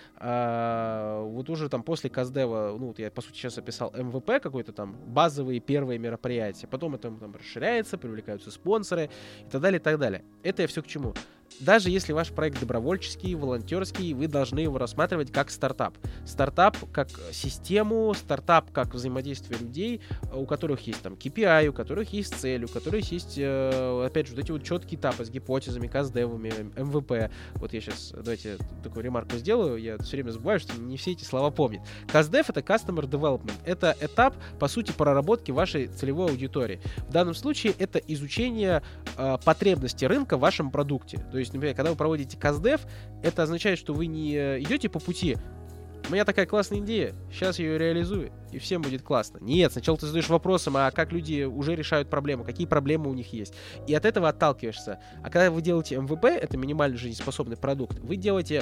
Вот уже там после Каздева, вот я, по сути, сейчас описал МВП, какой-то там базовые первые мероприятия. Потом это там расширяется, привлекаются спонсоры и так далее, и так далее. Это я все к чему? Даже если ваш проект добровольческий, волонтерский, вы должны его рассматривать как стартап. Стартап как систему, стартап как взаимодействие людей, у которых есть там KPI, у которых есть цель, у которых есть, опять же, вот эти вот четкие этапы с гипотезами, каздевами, МВП. Вот я сейчас, давайте такую ремарку сделаю, я все время забываю, что не все эти слова помнят. Каздев — это Customer Development. Это этап, по сути, проработки вашей целевой аудитории. В данном случае это изучение потребностей рынка в вашем продукте. То есть, например, когда вы проводите каздев, это означает, что вы не идете по пути «у меня такая классная идея, сейчас ее реализую, и всем будет классно». Нет, сначала ты задаешь вопросом, а как люди уже решают проблемы, какие проблемы у них есть. И от этого отталкиваешься. А когда вы делаете МВП, это минимально жизнеспособный продукт, вы делаете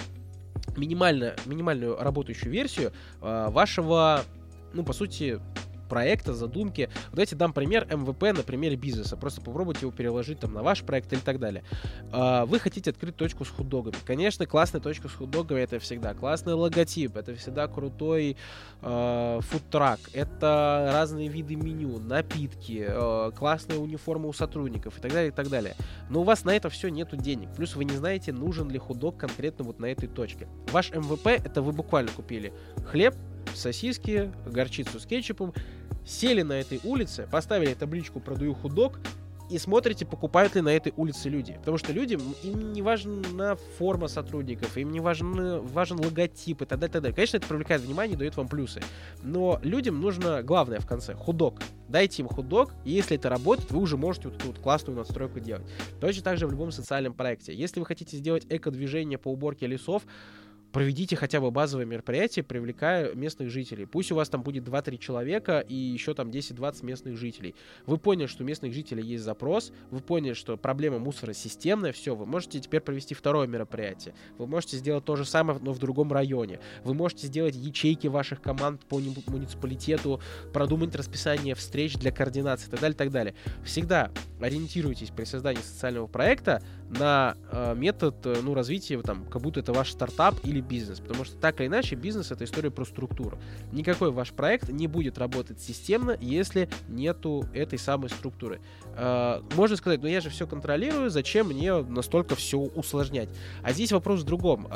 минимальную работающую версию вашего, по сути, проекта, задумки. Вот давайте дам пример МВП на примере бизнеса. Просто попробуйте его переложить там на ваш проект или так далее. Вы хотите открыть точку с хот-догами. Конечно, классная точка с хот-догами — это всегда классный логотип, это всегда крутой фудтрак, это разные виды меню, напитки, классная униформа у сотрудников и так далее, и так далее. Но у вас на это все нету денег. Плюс вы не знаете, нужен ли хот-дог конкретно вот на этой точке. Ваш МВП — это вы буквально купили хлеб, сосиски, горчицу с кетчупом, сели на этой улице, поставили табличку «Продаю хот-дог» и смотрите, покупают ли на этой улице люди. Потому что людям, им не важна форма сотрудников, им не важен логотип и так далее, так далее. Конечно, это привлекает внимание, дает вам плюсы. Но людям нужно главное в конце — хот-дог. Дайте им хот-дог, и если это работает, вы уже можете вот эту вот классную настройку делать. Точно так же в любом социальном проекте. Если вы хотите сделать эко-движение по уборке лесов, проведите хотя бы базовое мероприятие, привлекая местных жителей. Пусть у вас там будет 2-3 человека и еще там 10-20 местных жителей. Вы поняли, что у местных жителей есть запрос, вы поняли, что проблема мусора системная, все, вы можете теперь провести второе мероприятие. Вы можете сделать то же самое, но в другом районе. Вы можете сделать ячейки ваших команд по муниципалитету, продумать расписание встреч для координации и так далее, и так далее. Всегда ориентируйтесь при создании социального проекта на метод развития, там, как будто это ваш стартап или бизнес, потому что так или иначе бизнес — это история про структуру. Никакой ваш проект не будет работать системно, если нету этой самой структуры. Можно сказать, я же все контролирую, зачем мне настолько все усложнять? А здесь вопрос в другом.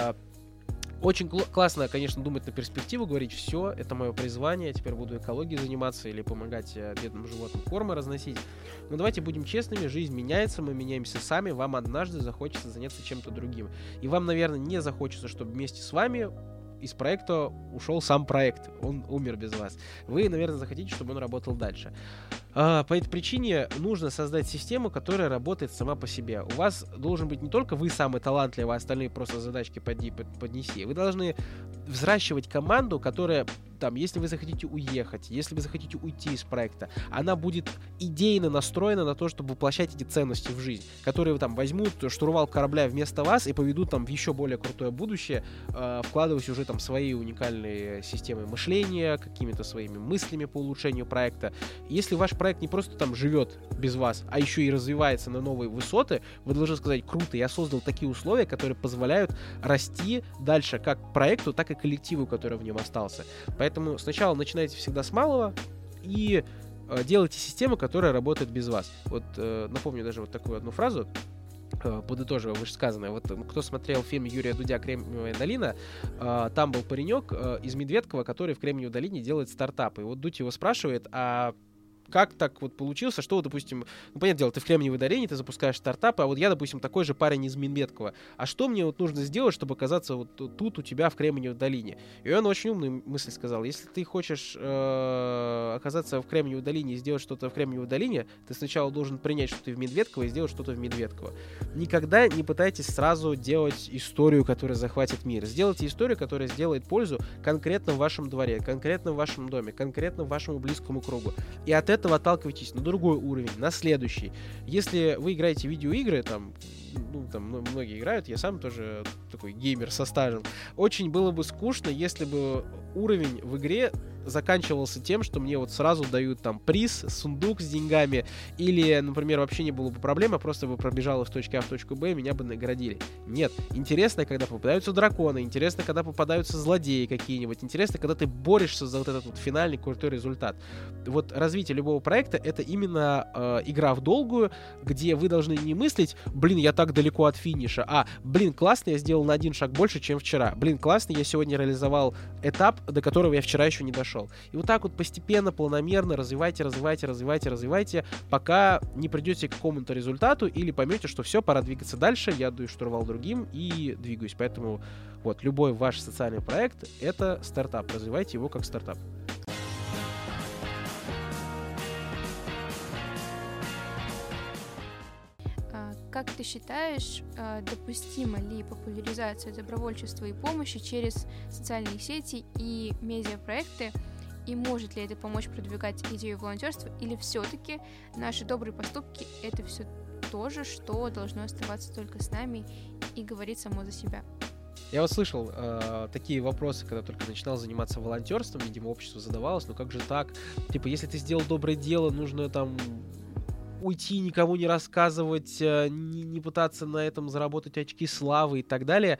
Очень классно, конечно, думать на перспективу, говорить: все, это мое призвание, теперь буду экологией заниматься или помогать бедным животным кормы разносить. Но давайте будем честными, жизнь меняется, мы меняемся сами, вам однажды захочется заняться чем-то другим. И вам, наверное, не захочется, чтобы вместе с вами из проекта ушел сам проект, он умер без вас. Вы, наверное, захотите, чтобы он работал дальше. По этой причине нужно создать систему, которая работает сама по себе. У вас должен быть не только вы самый талантливый, а остальные просто задачки поднеси. Вы должны взращивать команду, которая, если вы захотите уехать, если вы захотите уйти из проекта, она будет идейно настроена на то, чтобы воплощать эти ценности в жизнь, которые возьмут штурвал корабля вместо вас и поведут в еще более крутое будущее, вкладываясь уже свои уникальные системы мышления, какими-то своими мыслями по улучшению проекта. Если ваш проект не просто живет без вас, а еще и развивается на новые высоты, вы должны сказать: круто, я создал такие условия, которые позволяют расти дальше как проекту, так и коллективу, который в нем остался. Поэтому сначала начинайте всегда с малого и делайте систему, которая работает без вас. Вот напомню даже такую одну фразу, подытоживая вышесказанное. Кто смотрел фильм Юрия Дудя «Кремниевая долина», там был паренек из Медведкова, который в Кремниевой долине делает стартапы. И Дудь его спрашивает: а как так вот получилось, что, допустим, ну, понятное дело, ты в Кремниевой долине, ты запускаешь стартапы, а вот я, допустим, такой же парень из Минметкова. А что мне вот нужно сделать, чтобы оказаться вот тут у тебя в Кремниевой долине? И он очень умную мысль сказал. Если ты хочешь оказаться в Кремниевой долине и сделать что-то в Кремниевой долине, ты сначала должен принять, что ты в Медведково, и сделать что-то в Медведково. Никогда не пытайтесь сразу делать историю, которая захватит мир. Сделайте историю, которая сделает пользу конкретно в вашем дворе, конкретно в вашем доме, конкретно вашему близкому кругу. И от этого отталкивайтесь на другой уровень, на следующий. Если вы играете в видеоигры, там многие играют, я сам тоже такой геймер со стажем, очень было бы скучно, если бы уровень в игре заканчивался тем, что мне вот сразу дают там приз, сундук с деньгами, или, например, вообще не было бы проблемы, просто бы пробежал из точки А в точку Б, и меня бы наградили. Нет. Интересно, когда попадаются драконы, интересно, когда попадаются злодеи какие-нибудь, интересно, когда ты борешься за вот этот вот финальный крутой результат. Вот развитие любого проекта — это именно игра в долгую, где вы должны не мыслить, блин, я так далеко от финиша, а, блин, классно, я сделал на один шаг больше, чем вчера, блин, классно, я сегодня реализовал этап, до которого я вчера еще не дошел. И вот так вот постепенно, планомерно развивайте, пока не придете к какому-то результату или поймете, что все, пора двигаться дальше, я даю штурвал другим и двигаюсь. Поэтому вот любой ваш социальный проект — это стартап. Развивайте его как стартап. Как ты считаешь, допустима ли популяризация добровольчества и помощи через социальные сети и медиапроекты, и может ли это помочь продвигать идею волонтерства, или все-таки наши добрые поступки — это все то же, что должно оставаться только с нами и говорить само за себя? Я вот слышал такие вопросы, когда только начинал заниматься волонтерством, видимо, общество задавалось, ну как же так? Типа, если ты сделал доброе дело, нужно там уйти, никому не рассказывать, не пытаться на этом заработать очки славы и так далее.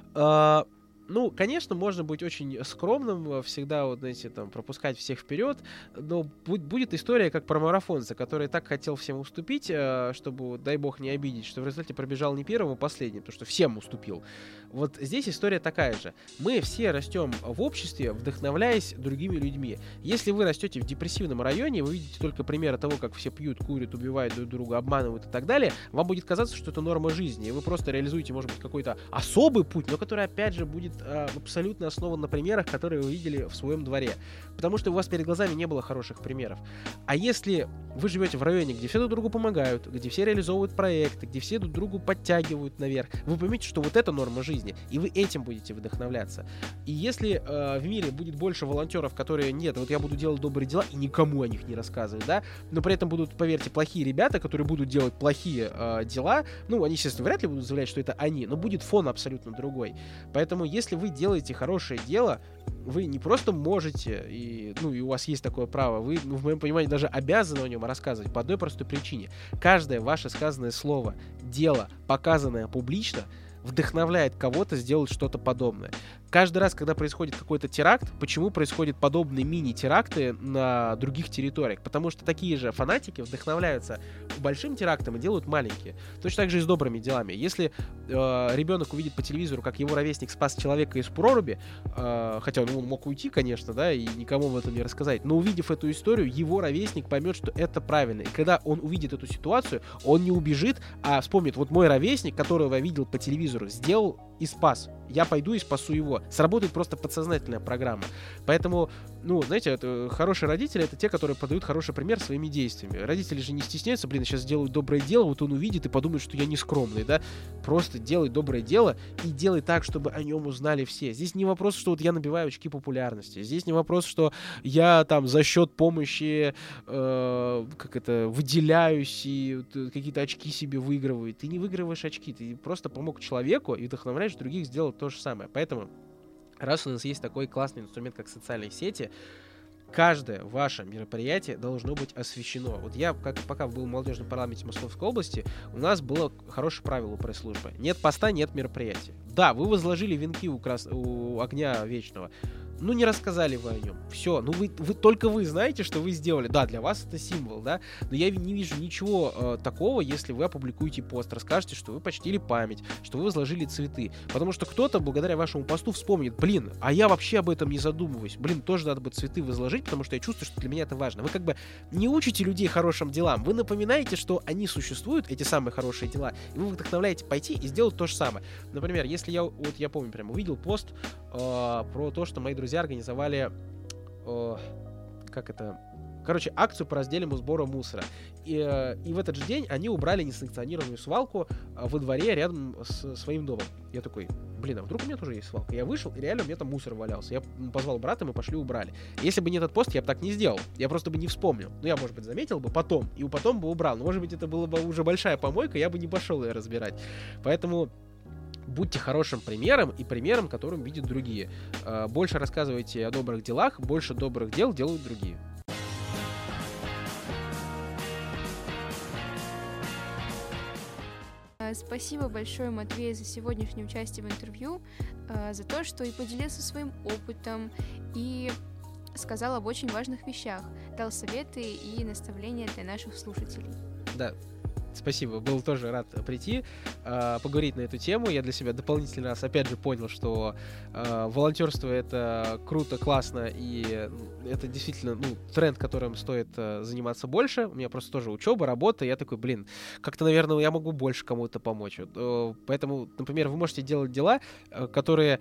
Ну, конечно, можно быть очень скромным, всегда, вот, знаете, там, пропускать всех вперед, но будет история, как про марафонца, который так хотел всем уступить, чтобы, дай бог, не обидеть, что в результате пробежал не первым, а последним, потому что всем уступил. Вот здесь история такая же. Мы все растем в обществе, вдохновляясь другими людьми. Если вы растете в депрессивном районе, вы видите только примеры того, как все пьют, курят, убивают друг друга, обманывают и так далее, вам будет казаться, что это норма жизни, и вы просто реализуете, может быть, какой-то особый путь, но который, опять же, будет абсолютно основан на примерах, которые вы видели в своем дворе. Потому что у вас перед глазами не было хороших примеров. А если вы живете в районе, где все друг другу помогают, где все реализовывают проекты, где все друг другу подтягивают наверх, вы поймете, что вот это норма жизни, и вы этим будете вдохновляться. И если в мире будет больше волонтеров, которые, нет, вот я буду делать добрые дела, и никому о них не рассказывать, да, но при этом будут, поверьте, плохие ребята, которые будут делать плохие дела, ну, они, естественно, вряд ли будут заявлять, что это они, но будет фон абсолютно другой. Поэтому, если вы делаете хорошее дело, вы не просто можете, и у вас есть такое право, вы, в моем понимании, даже обязаны о нем рассказывать по одной простой причине. Каждое ваше сказанное слово, дело, показанное публично, вдохновляет кого-то сделать что-то подобное. Каждый раз, когда происходит какой-то теракт, почему происходят подобные мини-теракты на других территориях? Потому что такие же фанатики вдохновляются большим терактом и делают маленькие. Точно так же и с добрыми делами. Если ребенок увидит по телевизору, как его ровесник спас человека из проруби, хотя он мог уйти, конечно, да, и никому об этом не рассказать, но увидев эту историю, его ровесник поймет, что это правильно. И когда он увидит эту ситуацию, он не убежит, а вспомнит, вот мой ровесник, которого я видел по телевизору, сделал и спас. Я пойду и спасу его. Сработает просто подсознательная программа. Поэтому, знаете, хорошие родители — это те, которые подают хороший пример своими действиями. Родители же не стесняются, я сейчас сделаю доброе дело, вот он увидит и подумает, что я не скромный, да. Просто делай доброе дело и делай так, чтобы о нем узнали все. Здесь не вопрос, что вот я набиваю очки популярности. Здесь не вопрос, что я там за счет помощи выделяюсь и какие-то очки себе выигрываю. Ты не выигрываешь очки, ты просто помог человеку и вдохновляешь других сделать то же самое. Поэтому, раз у нас есть такой классный инструмент, как социальные сети, каждое ваше мероприятие должно быть освещено. Вот я, пока был в молодежном парламенте Московской области, у нас было хорошее правило у пресс-службы. Нет поста, нет мероприятия. Да, вы возложили венки у огня вечного, не рассказали вы о нем. Все, вы только вы знаете, что вы сделали. Да, для вас это символ, да, но я не вижу ничего такого, если вы опубликуете пост, расскажете, что вы почтили память, что вы возложили цветы. Потому что кто-то благодаря вашему посту вспомнит, а я вообще об этом не задумываюсь. Тоже надо бы цветы возложить, потому что я чувствую, что для меня это важно. Вы как бы не учите людей хорошим делам, вы напоминаете, что они существуют, эти самые хорошие дела, и вы вдохновляете пойти и сделать то же самое. Например, если я помню, прям увидел пост про то, что мои друзья организовали акцию по разделу сбора мусора. И в этот же день они убрали несанкционированную свалку во дворе рядом с своим домом. Я такой, а вдруг у меня тоже есть свалка? Я вышел, и реально у меня там мусор валялся. Я позвал брата, мы пошли убрали. Если бы не этот пост, я бы так не сделал. Я просто бы не вспомнил. Я, может быть, заметил бы потом, и потом бы убрал. Но, может быть, это была бы уже большая помойка, я бы не пошел ее разбирать. Поэтому будьте хорошим примером и примером, которым видят другие. Больше рассказывайте о добрых делах, больше добрых дел делают другие. Спасибо большое, Матвей, за сегодняшнее участие в интервью, за то, что и поделился своим опытом, и сказал об очень важных вещах, дал советы и наставления для наших слушателей. Да. Спасибо, был тоже рад прийти, поговорить на эту тему. Я для себя дополнительно раз опять же понял, что волонтерство — это круто, классно, и это действительно тренд, которым стоит заниматься больше. У меня просто тоже учеба, работа, и я такой, как-то, наверное, я могу больше кому-то помочь. Поэтому, например, вы можете делать дела, которые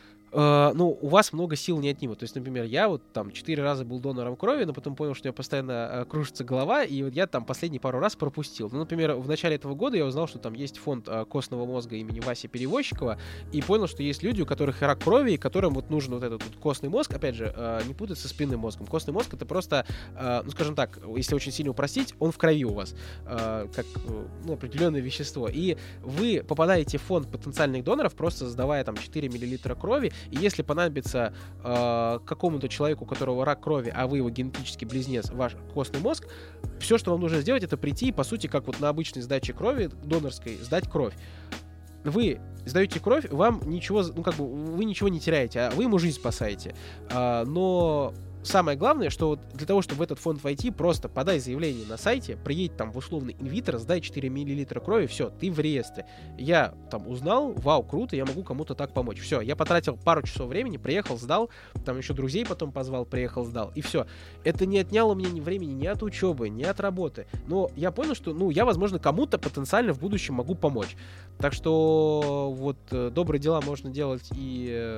у вас много сил не отнимут. То есть, например, я 4 раза был донором крови, но потом понял, что у меня постоянно кружится голова, и я последние пару раз пропустил. Например, в начале этого года я узнал, что там есть фонд костного мозга имени Васи Перевозчикова, и понял, что есть люди, у которых рак крови, и которым нужен этот костный мозг, опять же, не путать со спинным мозгом. Костный мозг — это просто, скажем так, если очень сильно упростить, он в крови у вас, как определенное вещество. И вы попадаете в фонд потенциальных доноров, просто сдавая 4 мл крови, и если понадобится какому-то человеку, у которого рак крови, а вы его генетический близнец, ваш костный мозг, все, что вам нужно сделать, это прийти и, по сути, как на обычной сдаче крови, донорской, сдать кровь. Вы сдаете кровь, вам ничего, вы ничего не теряете, а вы ему жизнь спасаете. Но самое главное, что для того, чтобы в этот фонд войти, просто подай заявление на сайте, приедь в условный инвитро, сдай 4 мл крови, все, ты в реестре. Я узнал, вау, круто, я могу кому-то так помочь. Все, я потратил пару часов времени, приехал, сдал, еще друзей потом позвал, приехал, сдал, и все. Это не отняло у меня ни времени ни от учебы, ни от работы. Но я понял, что, я, возможно, кому-то потенциально в будущем могу помочь. Так что добрые дела можно делать и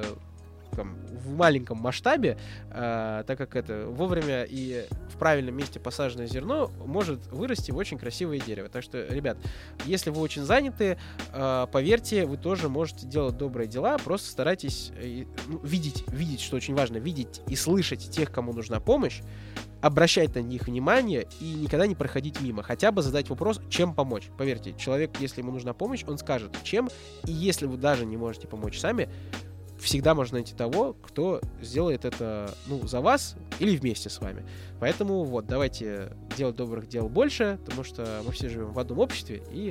в маленьком масштабе, так как это вовремя и в правильном месте посаженное зерно может вырасти в очень красивое дерево. Так что, ребят, если вы очень заняты, поверьте, вы тоже можете делать добрые дела, просто старайтесь видеть, что очень важно, видеть и слышать тех, кому нужна помощь, обращать на них внимание и никогда не проходить мимо. Хотя бы задать вопрос, чем помочь. Поверьте, человек, если ему нужна помощь, он скажет, чем. И если вы даже не можете помочь сами, всегда можно найти того, кто сделает это за вас или вместе с вами. Поэтому давайте делать добрых дел больше, потому что мы все живем в одном обществе, и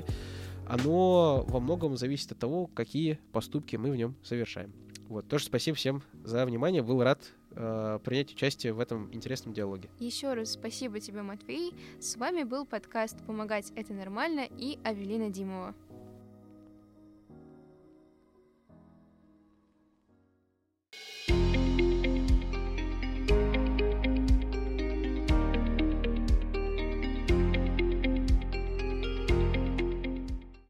оно во многом зависит от того, какие поступки мы в нем совершаем. Тоже спасибо всем за внимание. Был рад принять участие в этом интересном диалоге. Еще раз спасибо тебе, Матвей. С вами был подкаст «Помогать — это нормально» и Авелина Димова.